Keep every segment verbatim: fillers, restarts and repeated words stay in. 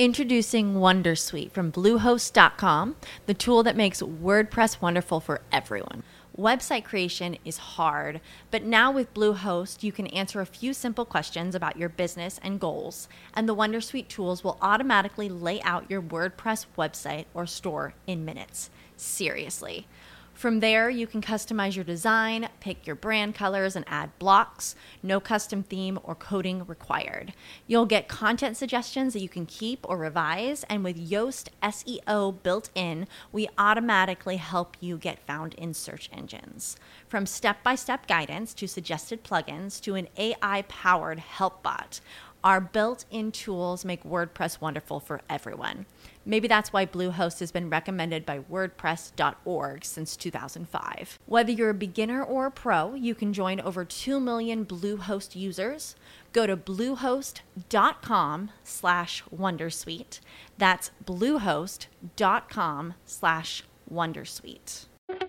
Introducing Wondersuite from Bluehost dot com, the tool that makes WordPress wonderful for everyone. Website creation is hard, but now with Bluehost, you can answer a few simple questions about your business and goals, and the Wondersuite tools will automatically lay out your WordPress website or store in minutes. Seriously. From there, you can customize your design, pick your brand colors, and add blocks. No custom theme or coding required. You'll get content suggestions that you can keep or revise, and with Yoast S E O built in, we automatically help you get found in search engines. From step-by-step guidance to suggested plugins to an A I-powered help bot, our built-in tools make WordPress wonderful for everyone. Maybe that's why Bluehost has been recommended by WordPress dot org since two thousand five. Whether you're a beginner or a pro, you can join over two million Bluehost users. Go to bluehost dot com slash wondersuite. That's bluehost dot com slash wondersuite.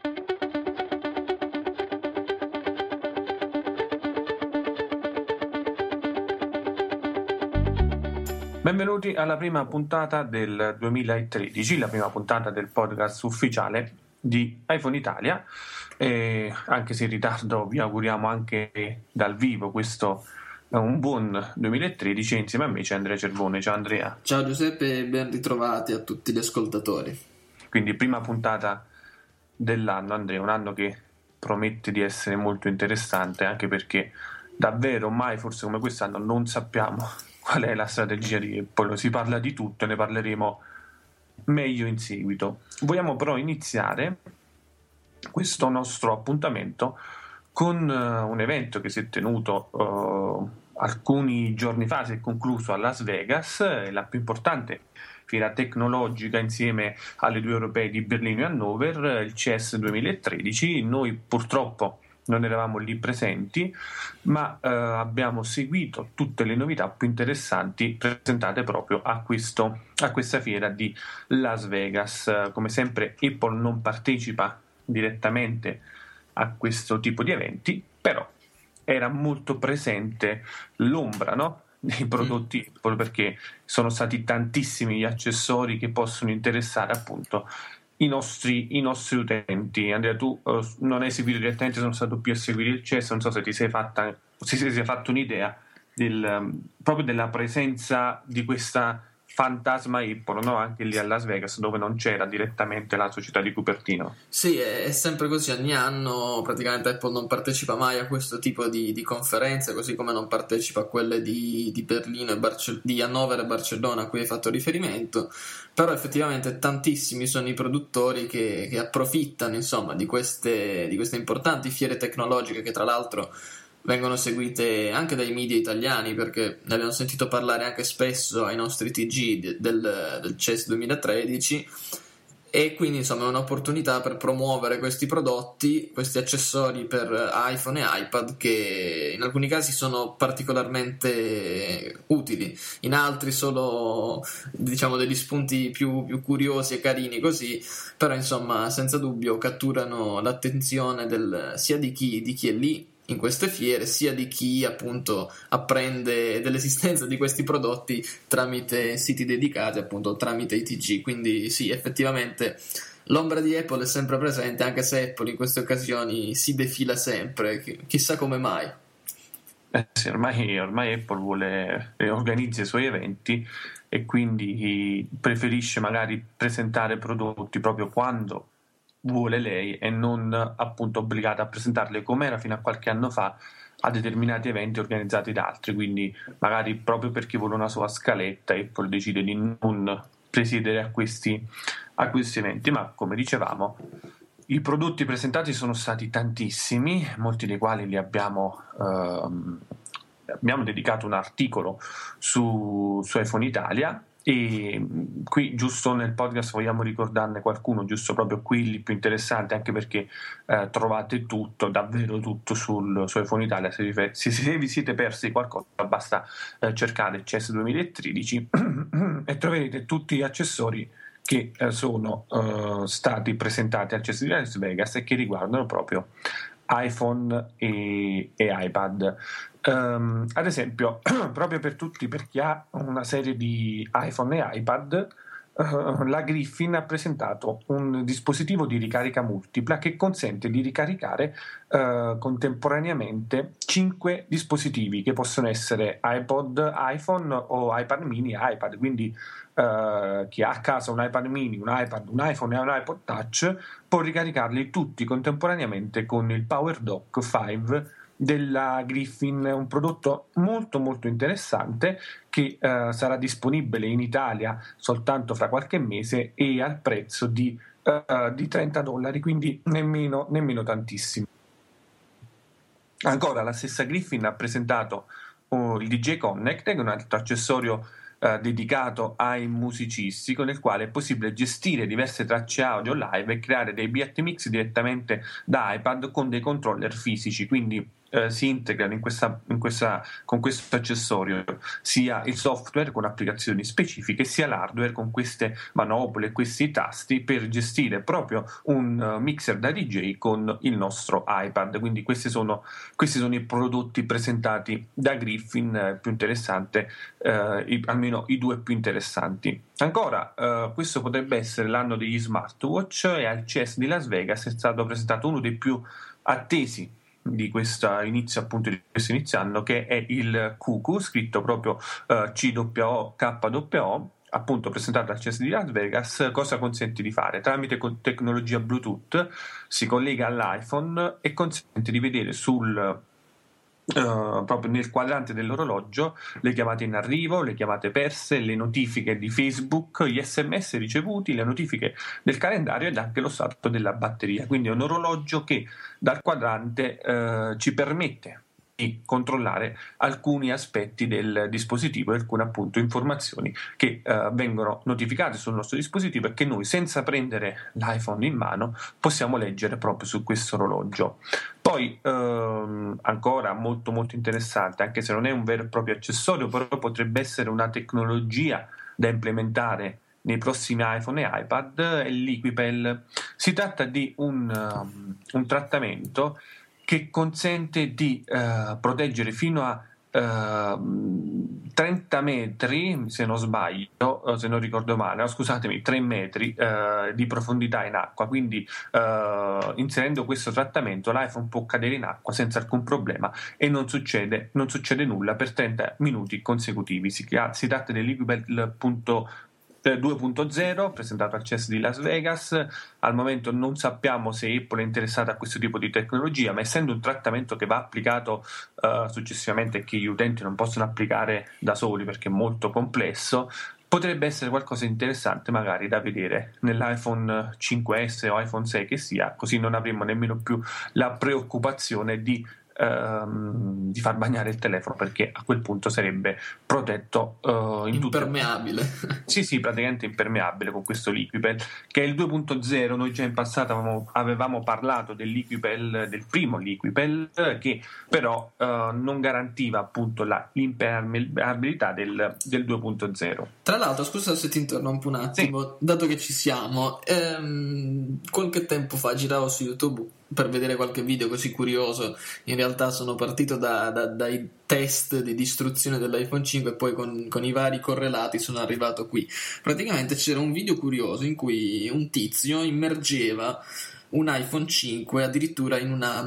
Benvenuti alla prima puntata del duemilatredici, la prima puntata del podcast ufficiale di iPhone Italia. E anche se in ritardo, vi auguriamo anche dal vivo questo un buon duemilatredici. Insieme a me c'è Andrea Cervone. Ciao Andrea. Ciao Giuseppe e ben ritrovati a tutti gli ascoltatori. Quindi prima puntata dell'anno, Andrea, un anno che promette di essere molto interessante, anche perché davvero mai forse come quest'anno non sappiamo qual è la strategia di Apple. Si parla di tutto e ne parleremo meglio in seguito. Vogliamo però iniziare questo nostro appuntamento con uh, un evento che si è tenuto uh, alcuni giorni fa, si è concluso a Las Vegas, la più importante fiera tecnologica insieme alle due europee di Berlino e Hannover, il C E S duemilatredici. Noi purtroppo non eravamo lì presenti, ma eh, abbiamo seguito tutte le novità più interessanti presentate proprio a, questo, a questa fiera di Las Vegas. Come sempre Apple non partecipa direttamente a questo tipo di eventi, però era molto presente l'ombra, no? Dei prodotti mm. Apple, perché sono stati tantissimi gli accessori che possono interessare appunto I nostri, i nostri utenti. Andrea, tu uh, non hai seguito direttamente, sono stato più a seguire il C E S, non so se ti sei fatta se ti sei fatto un'idea del, um, proprio della presenza di questa fantasma Apple, no? Anche lì a Las Vegas, dove non c'era direttamente la società di Cupertino. Sì, è sempre così, ogni anno praticamente Apple non partecipa mai a questo tipo di, di conferenze, così come non partecipa a quelle di, di Berlino e Barce- di Hannover e Barcellona a cui hai fatto riferimento. Però effettivamente tantissimi sono i produttori che, che approfittano insomma di queste, di queste importanti fiere tecnologiche, che tra l'altro vengono seguite anche dai media italiani, perché ne abbiamo sentito parlare anche spesso ai nostri T G del, del C E S duemilatredici, e quindi insomma è un'opportunità per promuovere questi prodotti, questi accessori per iPhone e iPad, che in alcuni casi sono particolarmente utili, in altri solo diciamo degli spunti più, più curiosi e carini così, però insomma senza dubbio catturano l'attenzione del, sia di chi, di chi è lì in queste fiere, sia di chi appunto apprende dell'esistenza di questi prodotti tramite siti dedicati, appunto tramite i T G. Quindi sì, effettivamente l'ombra di Apple è sempre presente, anche se Apple in queste occasioni si defila sempre, chissà come mai. Eh sì, ormai, ormai Apple vuole organizza i suoi eventi e quindi preferisce magari presentare prodotti proprio quando vuole lei e non appunto obbligata a presentarle, come era fino a qualche anno fa, a determinati eventi organizzati da altri. Quindi magari proprio perché vuole una sua scaletta Apple decide di non presiedere a questi, a questi eventi. Ma come dicevamo, i prodotti presentati sono stati tantissimi, molti dei quali li abbiamo ehm, abbiamo dedicato un articolo su, su iPhone Italia. E qui giusto nel podcast vogliamo ricordarne qualcuno, giusto proprio quelli più interessanti, anche perché eh, trovate tutto, davvero tutto sul, su iPhone Italia. Se vi, se, se vi siete persi qualcosa basta eh, cercare C E S duemilatredici e troverete tutti gli accessori che eh, sono eh, stati presentati al C E S di Las Vegas e che riguardano proprio iPhone e, e iPad. Um, ad esempio, proprio per tutti, per chi ha una serie di iPhone e iPad, uh, la Griffin ha presentato un dispositivo di ricarica multipla che consente di ricaricare uh, contemporaneamente cinque dispositivi, che possono essere iPod, iPhone o iPad mini e iPad. Quindi uh, chi ha a casa un iPad mini, un iPad, un iPhone e un iPod Touch può ricaricarli tutti contemporaneamente con il PowerDock cinque della Griffin, un prodotto molto molto interessante che uh, sarà disponibile in Italia soltanto fra qualche mese e al prezzo di, uh, di trenta dollari, quindi nemmeno, nemmeno tantissimo. Ancora, la stessa Griffin ha presentato uh, il D J Connect, che è un altro accessorio Uh, dedicato ai musicisti, con il quale è possibile gestire diverse tracce audio live e creare dei beat mix direttamente da iPad con dei controller fisici. Quindi uh, si integrano in questa, in questa, con questo accessorio sia il software con applicazioni specifiche, sia l'hardware con queste manopole, questi tasti per gestire proprio un uh, mixer da D J con il nostro iPad. Quindi questi sono, questi sono i prodotti presentati da Griffin, eh, più interessante, eh, i, almeno i due più interessanti. Ancora, uh, questo potrebbe essere l'anno degli smartwatch, e al C E S di Las Vegas è stato presentato uno dei più attesi di questo inizio, appunto di questo inizio anno, che è il Cuckoo, scritto proprio uh, C O O K O O, appunto presentato al C E S di Las Vegas. Cosa consente di fare? Tramite tecnologia Bluetooth si collega all'iPhone e consente di vedere sul Uh, proprio nel quadrante dell'orologio le chiamate in arrivo, le chiamate perse, le notifiche di Facebook, gli sms ricevuti, le notifiche del calendario ed anche lo stato della batteria. Quindi è un orologio che dal quadrante uh, ci permette di controllare alcuni aspetti del dispositivo e alcune appunto informazioni che uh, vengono notificate sul nostro dispositivo e che noi, senza prendere l'iPhone in mano, possiamo leggere proprio su questo orologio. Poi ehm, ancora molto molto interessante, anche se non è un vero e proprio accessorio, però potrebbe essere una tecnologia da implementare nei prossimi iPhone e iPad, è l'Equipel. Si tratta di un, um, un trattamento che consente di uh, proteggere fino a uh, trenta metri, se non sbaglio, se non ricordo male, no, scusatemi, tre metri uh, di profondità in acqua. Quindi uh, inserendo questo trattamento l'iPhone può cadere in acqua senza alcun problema e non succede, non succede nulla per trenta minuti consecutivi. Si, si tratta dell'Equipel due punto zero presentato al C E S di Las Vegas. Al momento non sappiamo se Apple è interessata a questo tipo di tecnologia, ma essendo un trattamento che va applicato uh, successivamente e che gli utenti non possono applicare da soli perché è molto complesso, potrebbe essere qualcosa di interessante magari da vedere nell'iPhone cinque S o iPhone sei che sia, così non avremo nemmeno più la preoccupazione di Ehm, di far bagnare il telefono, perché a quel punto sarebbe protetto uh, in impermeabile tutto. sì sì praticamente impermeabile con questo Liquipel, che è il due punto zero. Noi già in passato avevamo, avevamo parlato del Liquipel, del primo Liquipel, che però uh, non garantiva appunto la, l'impermeabilità del, del due punto zero. Tra l'altro, scusa se ti interrompo un attimo, sì. Dato che ci siamo, ehm, qualche tempo fa giravo su YouTube per vedere qualche video così curioso. In realtà sono partito da, da, dai test di distruzione dell'iPhone cinque e poi con, con i vari correlati sono arrivato qui. Praticamente c'era un video curioso in cui un tizio immergeva un iPhone cinque addirittura in una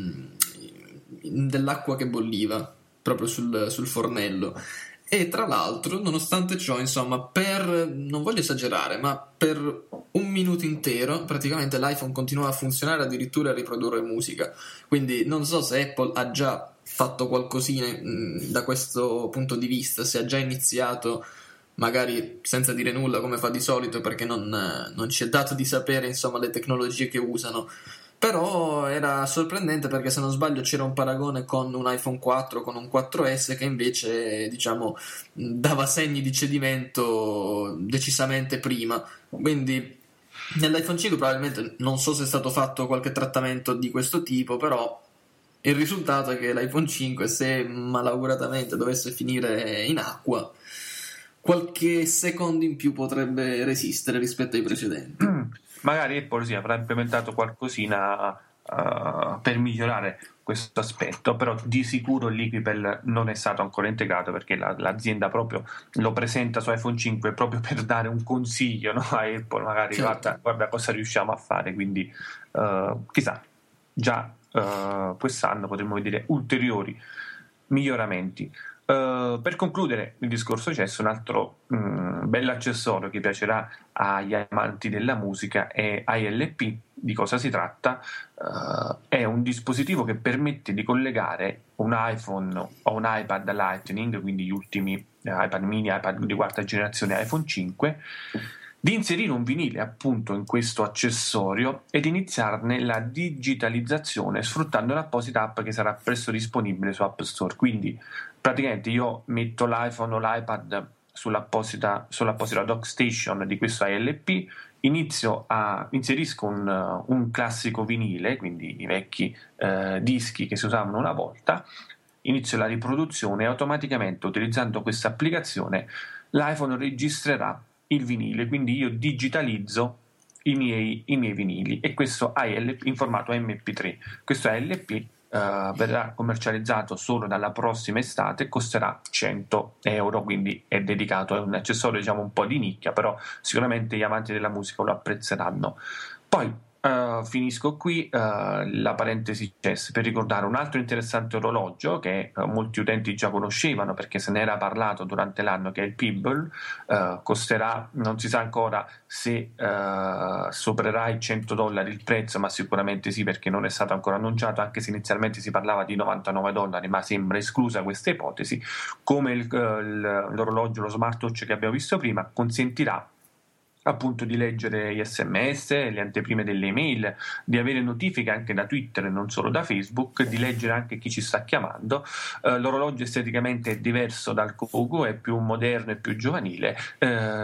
in dell'acqua che bolliva proprio sul, sul fornello. E tra l'altro, nonostante ciò, insomma, per, non voglio esagerare, ma per un minuto intero praticamente l'iPhone continuava a funzionare, addirittura a riprodurre musica. Quindi non so se Apple ha già fatto qualcosina mh, da questo punto di vista, se ha già iniziato, magari senza dire nulla come fa di solito, perché non, non ci è dato di sapere, insomma, le tecnologie che usano. Però era sorprendente perché, se non sbaglio, c'era un paragone con un iPhone quattro, con un quattro S, che invece, diciamo, dava segni di cedimento decisamente prima. Quindi nell'iPhone cinque probabilmente, non so se è stato fatto qualche trattamento di questo tipo, però il risultato è che l'iPhone cinque, se malauguratamente dovesse finire in acqua, qualche secondo in più potrebbe resistere rispetto ai precedenti. Mm. Magari Apple sì, avrà implementato qualcosina uh, per migliorare questo aspetto, però di sicuro l'Equipel non è stato ancora integrato, perché la, l'azienda proprio lo presenta su iPhone cinque proprio per dare un consiglio, no? A Apple, magari Certo. guarda, guarda cosa riusciamo a fare, quindi uh, chissà, già uh, quest'anno potremmo vedere ulteriori miglioramenti. Uh, per concludere il discorso, c'è un altro um, bell'accessorio che piacerà agli amanti della musica, è I L P. Di cosa si tratta? Uh, è un dispositivo che permette di collegare un iPhone o un iPad Lightning, quindi gli ultimi eh, iPad mini, iPad di quarta generazione, iPhone cinque, di inserire un vinile appunto in questo accessorio ed iniziarne la digitalizzazione sfruttando un'apposita app che sarà presto disponibile su App Store. Quindi praticamente io metto l'iPhone o l'iPad sull'apposita, sull'apposita dock station di questo I L P, inizio a inserisco un, un classico vinile, quindi i vecchi eh, dischi che si usavano una volta, inizio la riproduzione e automaticamente, utilizzando questa applicazione, l'iPhone registrerà il vinile, quindi io digitalizzo i miei, i miei vinili, e questo I L P in formato M P tre. Questo I L P Uh, verrà commercializzato solo dalla prossima estate e costerà cento euro, quindi è dedicato a un accessorio diciamo un po' di nicchia, però sicuramente gli amanti della musica lo apprezzeranno. Poi uh, finisco qui uh, la parentesi C E S per ricordare un altro interessante orologio che uh, molti utenti già conoscevano perché se ne era parlato durante l'anno, che è il Pebble. Uh, costerà, non si sa ancora se uh, supererà i cento dollari il prezzo, ma sicuramente sì, perché non è stato ancora annunciato, anche se inizialmente si parlava di novantanove dollari, ma sembra esclusa questa ipotesi. Come il, il, l'orologio, lo smartwatch che abbiamo visto prima, consentirà appunto di leggere gli sms, le anteprime delle email, di avere notifiche anche da Twitter e non solo da Facebook, di leggere anche chi ci sta chiamando. Uh, l'orologio esteticamente è diverso dal Kogo, è più moderno e più giovanile uh,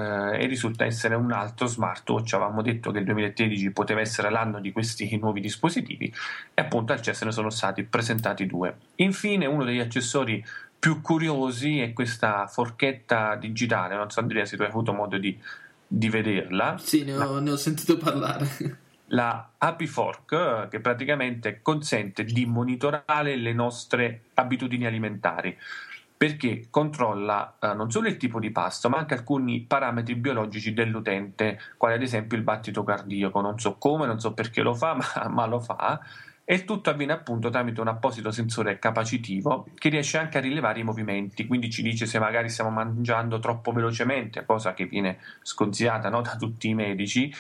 e risulta essere un altro smartwatch. Avevamo detto che il duemilatredici poteva essere l'anno di questi nuovi dispositivi e appunto al C E S ne sono stati presentati due. Infine, uno degli accessori più curiosi è questa forchetta digitale. Non so Andrea se tu hai avuto modo di di vederla. Sì, ne ho, la, ne ho sentito parlare. La Happy Fork, che praticamente consente di monitorare le nostre abitudini alimentari, perché controlla eh, non solo il tipo di pasto, ma anche alcuni parametri biologici dell'utente, quale ad esempio il battito cardiaco. Non so come, non so perché lo fa, ma, ma lo fa. E il tutto avviene appunto tramite un apposito sensore capacitivo che riesce anche a rilevare i movimenti, quindi ci dice se magari stiamo mangiando troppo velocemente, cosa che viene sconsigliata, no, da tutti i medici,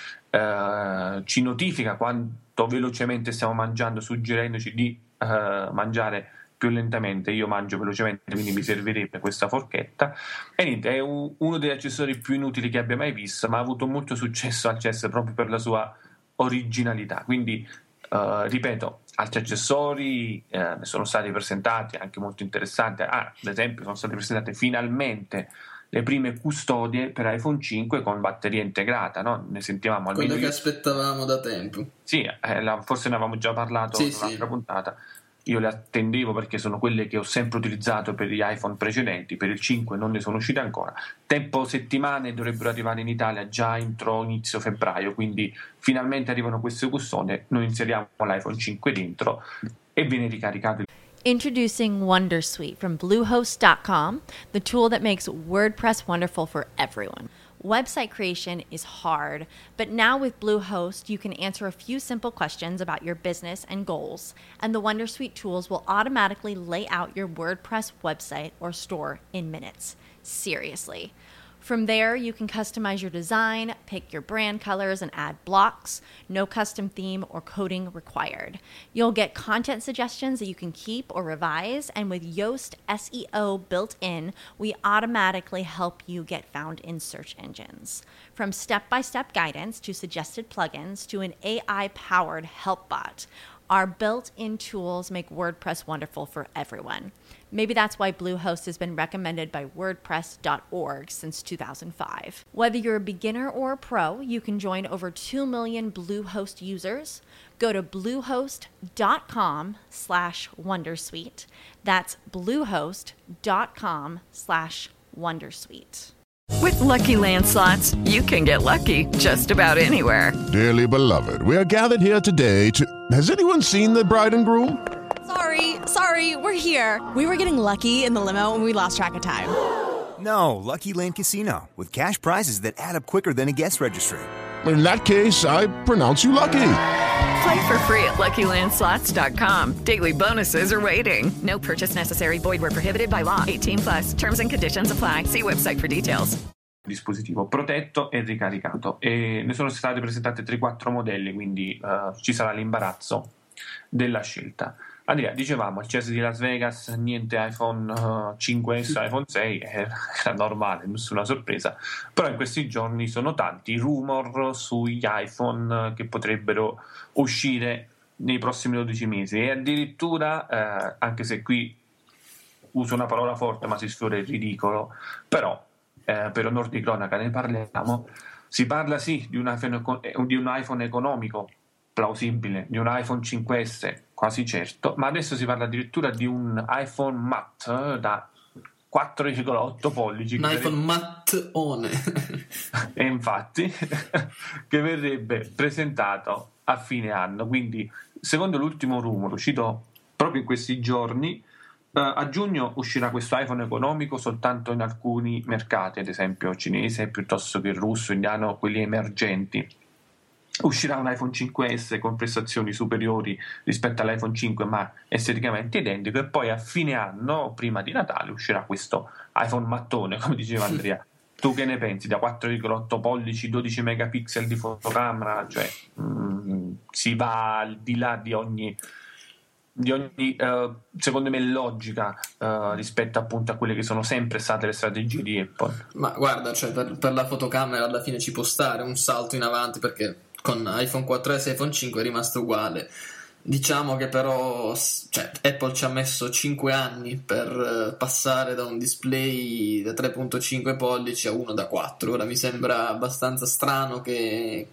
eh, ci notifica quanto velocemente stiamo mangiando, suggerendoci di eh, mangiare più lentamente. Io mangio velocemente, quindi mi servirebbe questa forchetta. E niente, è un, uno degli accessori più inutili che abbia mai visto, ma ha avuto molto successo al C E S proprio per la sua originalità. Quindi Uh, ripeto, altri accessori eh, ne sono stati presentati anche molto interessanti. Ah, ad esempio sono state presentate finalmente le prime custodie per iPhone cinque con batteria integrata, no? Ne sentivamo almeno quello che io. aspettavamo da tempo. Sì, eh, la, forse ne avevamo già parlato sì, in un'altra sì. puntata. Io le attendevo perché sono quelle che ho sempre utilizzato per gli iPhone precedenti. Per il cinque non ne sono uscite ancora. Tempo settimane, dovrebbero arrivare in Italia già entro inizio febbraio, quindi finalmente arrivano queste custodie, noi inseriamo l'iPhone cinque dentro e viene ricaricato. Introducing Wondersuite from Bluehost dot com, the tool that makes WordPress wonderful for everyone. Website creation is hard, but now with Bluehost, you can answer a few simple questions about your business and goals, and the Wondersuite tools will automatically lay out your WordPress website or store in minutes. Seriously. From there, you can customize your design, pick your brand colors, and add blocks. No custom theme or coding required. You'll get content suggestions that you can keep or revise, and with Yoast S E O built in, we automatically help you get found in search engines. From step-by-step guidance to suggested plugins to an A I-powered help bot, our built-in tools make WordPress wonderful for everyone. Maybe that's why Bluehost has been recommended by WordPress dot org since two thousand five. Whether you're a beginner or a pro, you can join over two million Bluehost users. Go to bluehost dot com slash wondersuite. That's bluehost dot com slash wondersuite. With Lucky Land Slots, you can get lucky just about anywhere. Dearly beloved, we are gathered here today to... Has anyone seen the bride and groom? Sorry, sorry, we're here. We were getting lucky in the limo and we lost track of time. No, Lucky Land Casino, with cash prizes that add up quicker than a guest registry. In that case, I pronounce you lucky. Play for free at Lucky Land Slots dot com. Daily bonuses are waiting. No purchase necessary. Void where prohibited by law. eighteen plus. Terms and conditions apply. See website for details. Dispositivo protetto e ricaricato, e ne sono state presentate tre quattro modelli, quindi uh, ci sarà l'imbarazzo della scelta. Andrea, dicevamo il C E S di Las Vegas, niente iPhone uh, cinque S, iPhone sei, era, era normale, nessuna sorpresa, però in questi giorni sono tanti rumor sugli iPhone che potrebbero uscire nei prossimi dodici mesi, e addirittura, eh, anche se qui uso una parola forte ma si sfiora il ridicolo, però eh, per onor di cronaca ne parliamo, si parla sì di un iPhone, di un iPhone economico plausibile, di un iPhone cinque S quasi certo, ma adesso si parla addirittura di un iPhone matte da quattro virgola otto pollici, un iPhone mattone e infatti che verrebbe presentato a fine anno. Quindi secondo l'ultimo rumore uscito proprio in questi giorni, Uh, a giugno uscirà questo iPhone economico soltanto in alcuni mercati, ad esempio cinese piuttosto che russo, indiano, quelli emergenti. Uscirà un iPhone cinque S con prestazioni superiori rispetto all'iPhone cinque ma esteticamente identico, e poi a fine anno, prima di Natale, uscirà questo iPhone mattone, come diceva Andrea. Tu che ne pensi? Da quattro virgola otto pollici, dodici megapixel di fotocamera, cioè mm, si va al di là di ogni di ogni uh, secondo me logica uh, rispetto appunto a quelle che sono sempre state le strategie di Apple. Ma guarda, cioè per, per la fotocamera alla fine ci può stare un salto in avanti, perché con iPhone quattro S e iPhone cinque è rimasto uguale. Diciamo che però, cioè, Apple ci ha messo cinque anni per passare da un display da tre virgola cinque pollici a uno da quattro. Ora mi sembra abbastanza strano che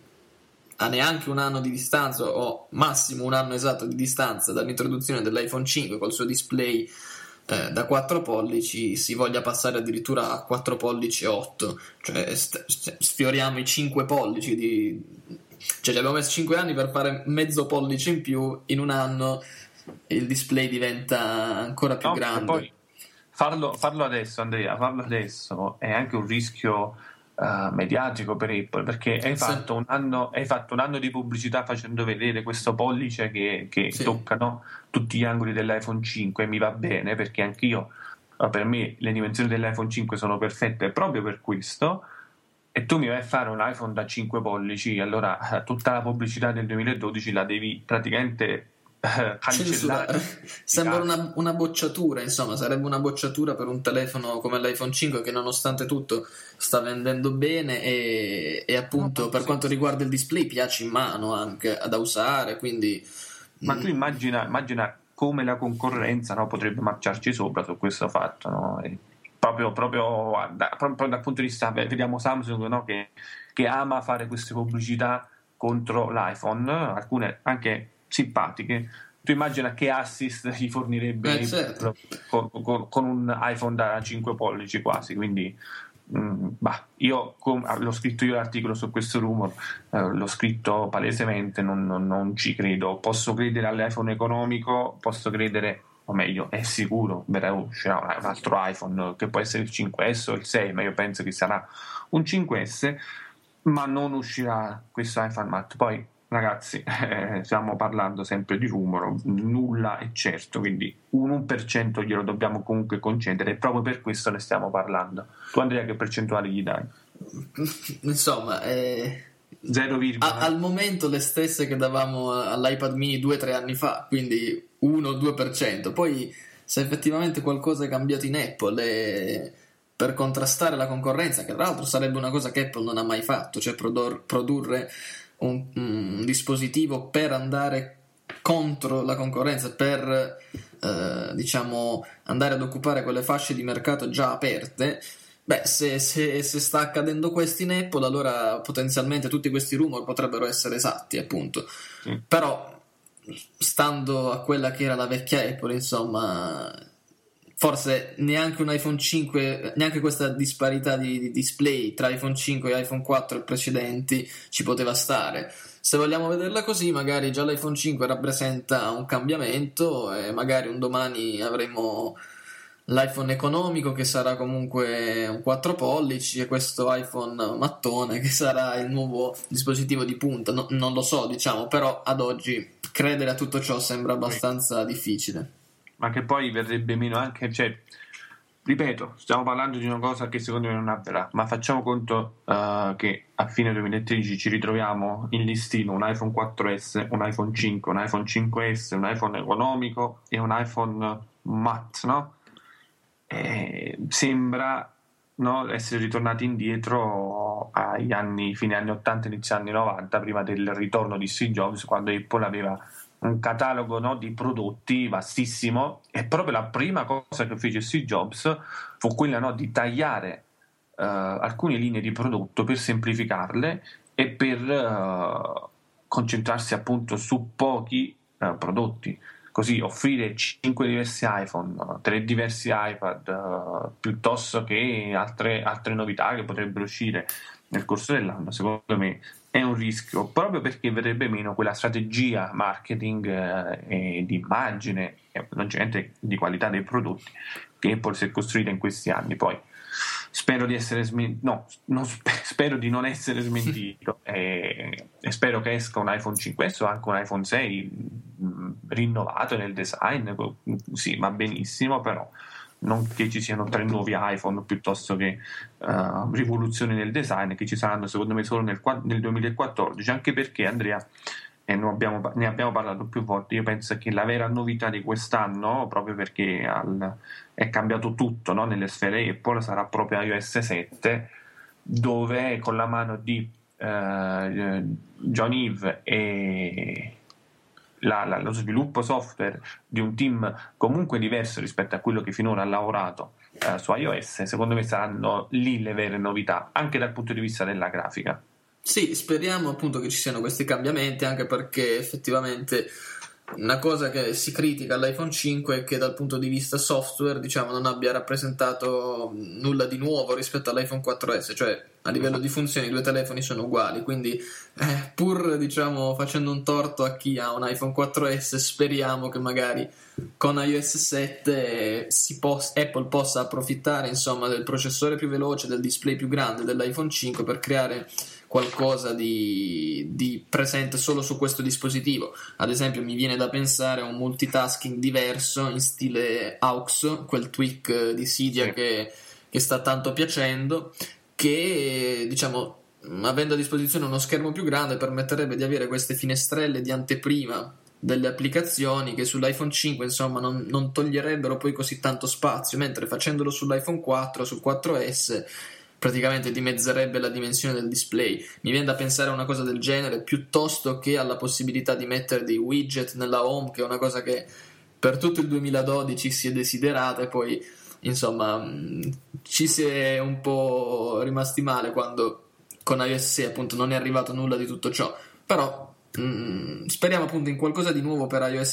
a neanche un anno di distanza, o massimo un anno esatto di distanza dall'introduzione dell'iPhone cinque col suo display eh, da quattro pollici, si voglia passare addirittura a quattro pollici e otto, cioè st- st- sfioriamo i cinque pollici di... cioè ci abbiamo messo cinque anni per fare mezzo pollice in più, in un anno il display diventa ancora più no, grande. Poi farlo, farlo adesso, Andrea, farlo adesso è anche un rischio Uh, mediatico per Apple, perché hai fatto, sì. un anno, hai fatto un anno di pubblicità facendo vedere questo pollice che, che sì. toccano tutti gli angoli dell'iPhone cinque, e mi va bene perché anch'io, uh, per me le dimensioni dell'iPhone cinque sono perfette proprio per questo, e tu mi vai a fare un iPhone da cinque pollici, allora uh, tutta la pubblicità del duemiladodici la devi praticamente cancellare. Sembra una, una bocciatura, insomma, sarebbe una bocciatura per un telefono come l'iPhone cinque, che nonostante tutto sta vendendo bene e, e appunto no, per sì. quanto riguarda il display piace in mano anche da usare, quindi ma tu immagina, immagina come la concorrenza, no, potrebbe marciarci sopra su questo fatto, no? E proprio, proprio, da, proprio dal punto di vista, vediamo Samsung, no, che, che ama fare queste pubblicità contro l'iPhone, alcune anche simpatiche. Tu immagina che assist gli fornirebbe eh, certo. con, con, con un iPhone da cinque pollici quasi, quindi mh, bah, io com, l'ho scritto io l'articolo su questo rumor, eh, l'ho scritto palesemente, non, non, non ci credo. Posso credere all'iPhone economico, posso credere, o meglio è sicuro verrà uscirà un altro iPhone che può essere il cinque S o il sei, ma io penso che sarà un cinque S, ma non uscirà questo iPhone matte. Poi ragazzi, eh, stiamo parlando sempre di rumor, nulla è certo, quindi un uno per cento glielo dobbiamo comunque concedere, e proprio per questo ne stiamo parlando. Tu Andrea che percentuale gli dai? Insomma, eh, zero virgola a, al momento le stesse che davamo all'iPad mini due o tre anni fa, quindi uno due per cento. Poi se effettivamente qualcosa è cambiato in Apple e per contrastare la concorrenza, che tra l'altro sarebbe una cosa che Apple non ha mai fatto, cioè produr- produrre Un, un dispositivo per andare contro la concorrenza, per eh, diciamo andare ad occupare quelle fasce di mercato già aperte. Beh, se, se, se sta accadendo questo in Apple, allora potenzialmente tutti questi rumor potrebbero essere esatti, appunto. Mm. Però stando a quella che era la vecchia Apple, insomma, forse neanche un iPhone cinque, neanche questa disparità di, di display tra iPhone cinque e iPhone quattro precedenti ci poteva stare. Se vogliamo vederla così, magari già l'iPhone cinque rappresenta un cambiamento e magari un domani avremo l'iPhone economico che sarà comunque un quattro pollici e questo iPhone mattone che sarà il nuovo dispositivo di punta. No, non lo so, diciamo, però ad oggi credere a tutto ciò sembra abbastanza difficile. Ma che poi verrebbe meno anche, cioè, ripeto, stiamo parlando di una cosa che secondo me non avverrà, ma facciamo conto uh, che a fine duemilatredici ci ritroviamo in listino un iPhone quattro esse, un iPhone cinque, un iPhone cinque esse, un iPhone economico e un iPhone matte, no? Eh, sembra, no, essere ritornati indietro agli anni, fine anni ottanta, inizio anni novanta, prima del ritorno di Steve Jobs, quando Apple aveva un catalogo, no, di prodotti vastissimo, e proprio la prima cosa che fece Steve Jobs fu quella, no, di tagliare uh, alcune linee di prodotto per semplificarle e per uh, concentrarsi appunto su pochi uh, prodotti, così offrire cinque diversi iPhone, tre diversi iPad, uh, piuttosto che altre, altre novità che potrebbero uscire nel corso dell'anno. Secondo me è un rischio, proprio perché verrebbe meno quella strategia marketing eh, e di immagine e logicamente di qualità dei prodotti che Apple si è costruita in questi anni. Poi spero di essere smen- no, non sp- spero di non essere smentito e, e spero che esca un iPhone cinque esse o anche un iPhone sei mh, rinnovato nel design. Sì, va benissimo, però non che ci siano tre nuovi iPhone piuttosto che uh, rivoluzioni nel design, che ci saranno secondo me solo nel, nel duemilaquattordici, anche perché, Andrea, e ne abbiamo, ne abbiamo parlato più volte, io penso che la vera novità di quest'anno, proprio perché al, è cambiato tutto, no, nelle sfere Apple, sarà proprio iOS sette, dove con la mano di uh, John Ive e La, la, lo sviluppo software di un team comunque diverso rispetto a quello che finora ha lavorato eh, su iOS, secondo me saranno lì le vere novità, anche dal punto di vista della grafica. Sì, speriamo appunto che ci siano questi cambiamenti, anche perché effettivamente una cosa che si critica all'iPhone cinque è che dal punto di vista software, diciamo, non abbia rappresentato nulla di nuovo rispetto all'iPhone quattro esse, cioè a livello di funzioni i due telefoni sono uguali, quindi eh, pur, diciamo, facendo un torto a chi ha un iPhone quattro esse, speriamo che magari con iOS sette si poss- Apple possa approfittare, insomma, del processore più veloce, del display più grande dell'iPhone cinque per creare qualcosa di, di presente solo su questo dispositivo. Ad esempio mi viene da pensare a un multitasking diverso in stile A U X, quel tweak di Cydia sì. che, che sta tanto piacendo, che, diciamo, avendo a disposizione uno schermo più grande permetterebbe di avere queste finestrelle di anteprima delle applicazioni che sull'iPhone cinque, insomma, non, non toglierebbero poi così tanto spazio, mentre facendolo sull'iPhone quattro, sul quattro esse, praticamente dimezzerebbe la dimensione del display. Mi viene da pensare a una cosa del genere piuttosto che alla possibilità di mettere dei widget nella home, che è una cosa che per tutto il duemiladodici si è desiderata e poi, insomma, ci si è un po' rimasti male quando con iOS sei appunto non è arrivato nulla di tutto ciò. Però mh, speriamo appunto in qualcosa di nuovo per iOS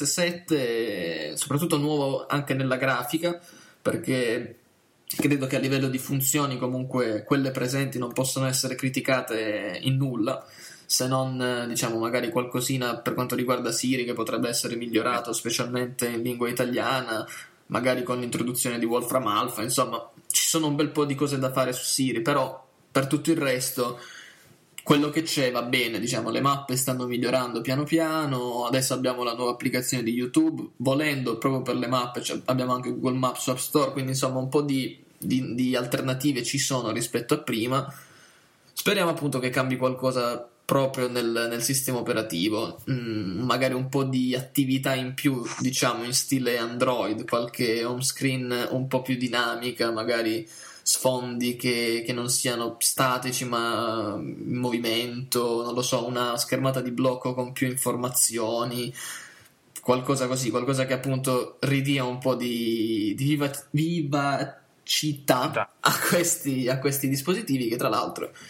sette, soprattutto nuovo anche nella grafica, perché credo che a livello di funzioni comunque quelle presenti non possono essere criticate in nulla, se non, diciamo, magari qualcosina per quanto riguarda Siri che potrebbe essere migliorato, specialmente in lingua italiana, magari con l'introduzione di Wolfram Alpha. Insomma, ci sono un bel po' di cose da fare su Siri, però per tutto il resto quello che c'è va bene, diciamo, le mappe stanno migliorando piano piano, adesso abbiamo la nuova applicazione di YouTube, volendo proprio per le mappe, cioè abbiamo anche Google Maps su App Store, quindi insomma un po' di, di, di alternative ci sono rispetto a prima. Speriamo appunto che cambi qualcosa proprio nel, nel sistema operativo, mm, magari un po' di attività in più, diciamo, in stile Android, qualche home screen un po' più dinamica, magari sfondi che, che non siano statici ma in movimento, non lo so, una schermata di blocco con più informazioni, qualcosa così, qualcosa che appunto ridia un po' di, di viva, vivacità a questi, a questi dispositivi, che tra l'altro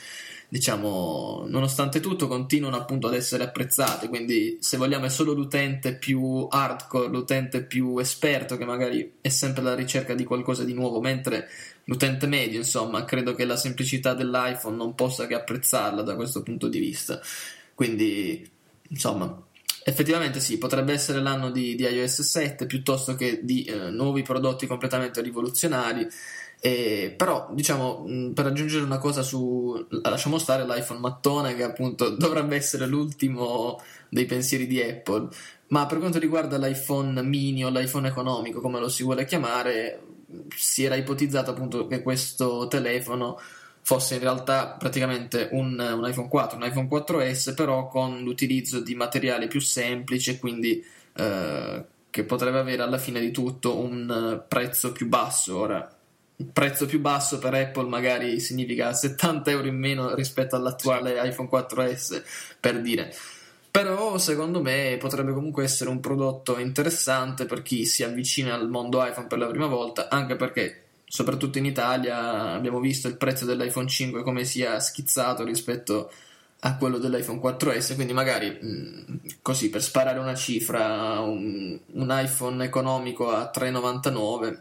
diciamo, nonostante tutto continuano appunto ad essere apprezzati, quindi se vogliamo è solo l'utente più hardcore, l'utente più esperto che magari è sempre alla ricerca di qualcosa di nuovo, mentre l'utente medio, insomma, credo che la semplicità dell'iPhone non possa che apprezzarla da questo punto di vista. Quindi, insomma, effettivamente sì, potrebbe essere l'anno di, di iOS sette piuttosto che di eh, nuovi prodotti completamente rivoluzionari. Eh, però, diciamo, mh, per aggiungere una cosa su, lasciamo stare l'iPhone mattone, che appunto dovrebbe essere l'ultimo dei pensieri di Apple, ma per quanto riguarda l'iPhone mini o l'iPhone economico, come lo si vuole chiamare, si era ipotizzato appunto che questo telefono fosse in realtà praticamente un, un iPhone quattro, un iPhone quattro S, però con l'utilizzo di materiali più semplici e quindi eh, che potrebbe avere alla fine di tutto un prezzo più basso. Ora, un prezzo più basso per Apple magari significa settanta euro in meno rispetto all'attuale iPhone quattro S, per dire. Però secondo me potrebbe comunque essere un prodotto interessante per chi si avvicina al mondo iPhone per la prima volta, anche perché soprattutto in Italia abbiamo visto il prezzo dell'iPhone cinque come sia schizzato rispetto a quello dell'iPhone quattro S, quindi magari mh, così per sparare una cifra, un, un iPhone economico a tre virgola novantanove,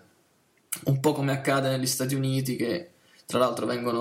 un po' come accade negli Stati Uniti, che tra l'altro vengono,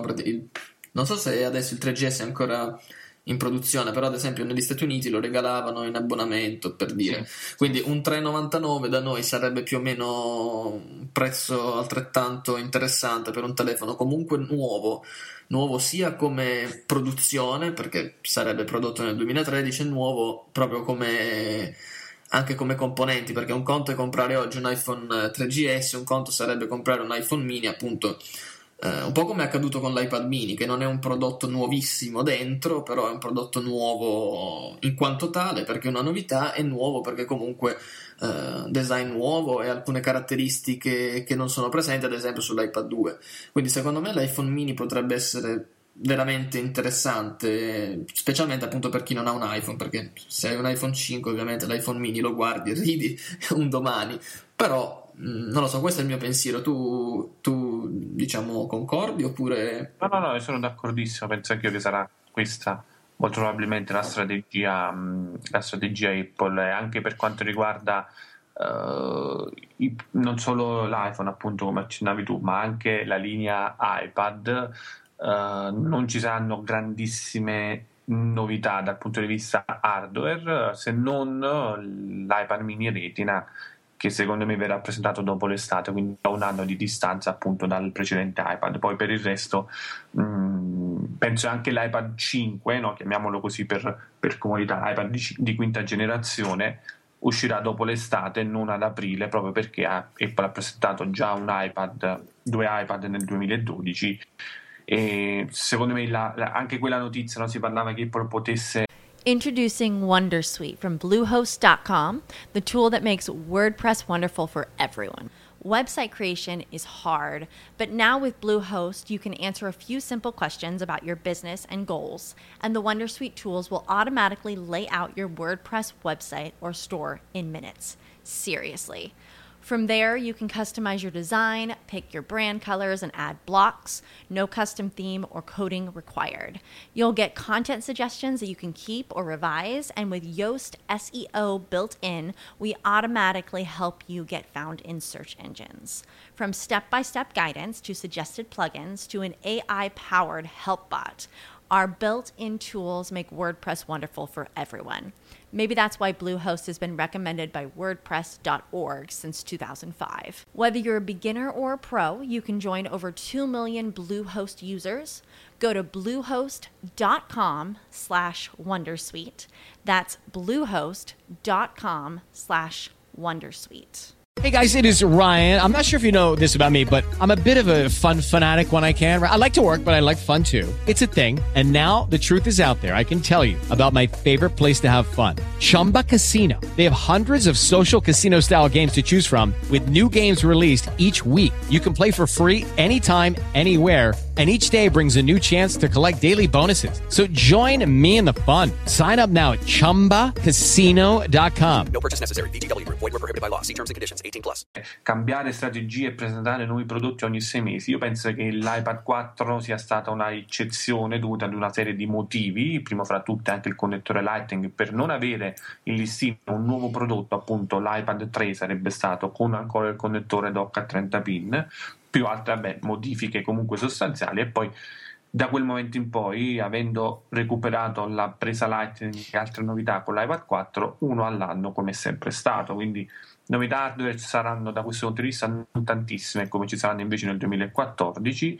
non so se adesso il tre G S è ancora in produzione, però ad esempio negli Stati Uniti lo regalavano in abbonamento, per dire, sì. Quindi un tre virgola novantanove da noi sarebbe più o meno un prezzo altrettanto interessante per un telefono comunque nuovo, nuovo sia come produzione, perché sarebbe prodotto nel duemilatredici, e nuovo proprio come anche come componenti, perché un conto è comprare oggi un iPhone tre G S, un conto sarebbe comprare un iPhone mini, appunto. Uh, un po' come è accaduto con l'iPad mini, che non è un prodotto nuovissimo dentro, però è un prodotto nuovo in quanto tale, perché è una novità, è nuovo perché comunque uh, design nuovo e alcune caratteristiche che non sono presenti ad esempio sull'iPad due. Quindi secondo me l'iPhone mini potrebbe essere veramente interessante, specialmente appunto per chi non ha un iPhone, perché se hai un iPhone cinque ovviamente l'iPhone mini lo guardi e ridi un domani, però non lo so, questo è il mio pensiero. Tu, tu diciamo concordi oppure? No, no, no, io sono d'accordissimo. Penso anch'io che sarà questa molto probabilmente la strategia, la strategia Apple, e anche per quanto riguarda uh, i, non solo l'iPhone, appunto, come accennavi tu, ma anche la linea iPad. Uh, non ci saranno grandissime novità dal punto di vista hardware, se non l'iPad mini Retina, che secondo me verrà presentato dopo l'estate, quindi a un anno di distanza appunto dal precedente iPad. Poi per il resto mh, penso anche l'iPad cinque, no, chiamiamolo così per, per comodità, l'iPad di, di quinta generazione uscirà dopo l'estate, non ad aprile, proprio perché Apple ha presentato già un iPad, due iPad nel duemiladodici, e secondo me la, la, anche quella notizia, no, si parlava che Apple potesse. Introducing Wondersuite from Bluehost dot com, the tool that makes WordPress wonderful for everyone. Website creation is hard, but now with Bluehost, you can answer a few simple questions about your business and goals, and the Wondersuite tools will automatically lay out your WordPress website or store in minutes. Seriously. From there, you can customize your design, pick your brand colors, and add blocks. No custom theme or coding required. You'll get content suggestions that you can keep or revise, and with Yoast S E O built in, we automatically help you get found in search engines. From step-by-step guidance to suggested plugins to an A I-powered help bot, our built-in tools make WordPress wonderful for everyone. Maybe that's why Bluehost has been recommended by WordPress dot org since two thousand five. Whether you're a beginner or a pro, you can join over two million Bluehost users. Go to bluehost dot com slash wondersuite. That's bluehost dot com slash wondersuite. Hey guys, it is Ryan. I'm not sure if you know this about me, but I'm a bit of a fun fanatic when I can. I like to work, but I like fun too. It's a thing. And now the truth is out there. I can tell you about my favorite place to have fun. Chumba Casino. They have hundreds of social casino style games to choose from with new games released each week. You can play for free anytime, anywhere. And each day brings a new chance to collect daily bonuses. So join me in the fun. Sign up now at chumba casino dot com. No purchase necessary. V G W Group. Void where prohibited by law. See terms and conditions. eighteen plus. Cambiare strategie e presentare nuovi prodotti ogni sei mesi. Io penso che l'iPad quattro sia stata una eccezione dovuta ad una serie di motivi, primo fra tutti anche il connettore Lightning. Per non avere in listino un nuovo prodotto, appunto l'iPad tre sarebbe stato con ancora il connettore dock a trenta pin, più altre vabbè, modifiche comunque sostanziali, e poi da quel momento in poi, avendo recuperato la presa Lightning e altre novità con l'iPad quattro, uno all'anno come è sempre stato, quindi novità hardware ci saranno da questo punto di vista non tantissime come ci saranno invece nel duemilaquattordici.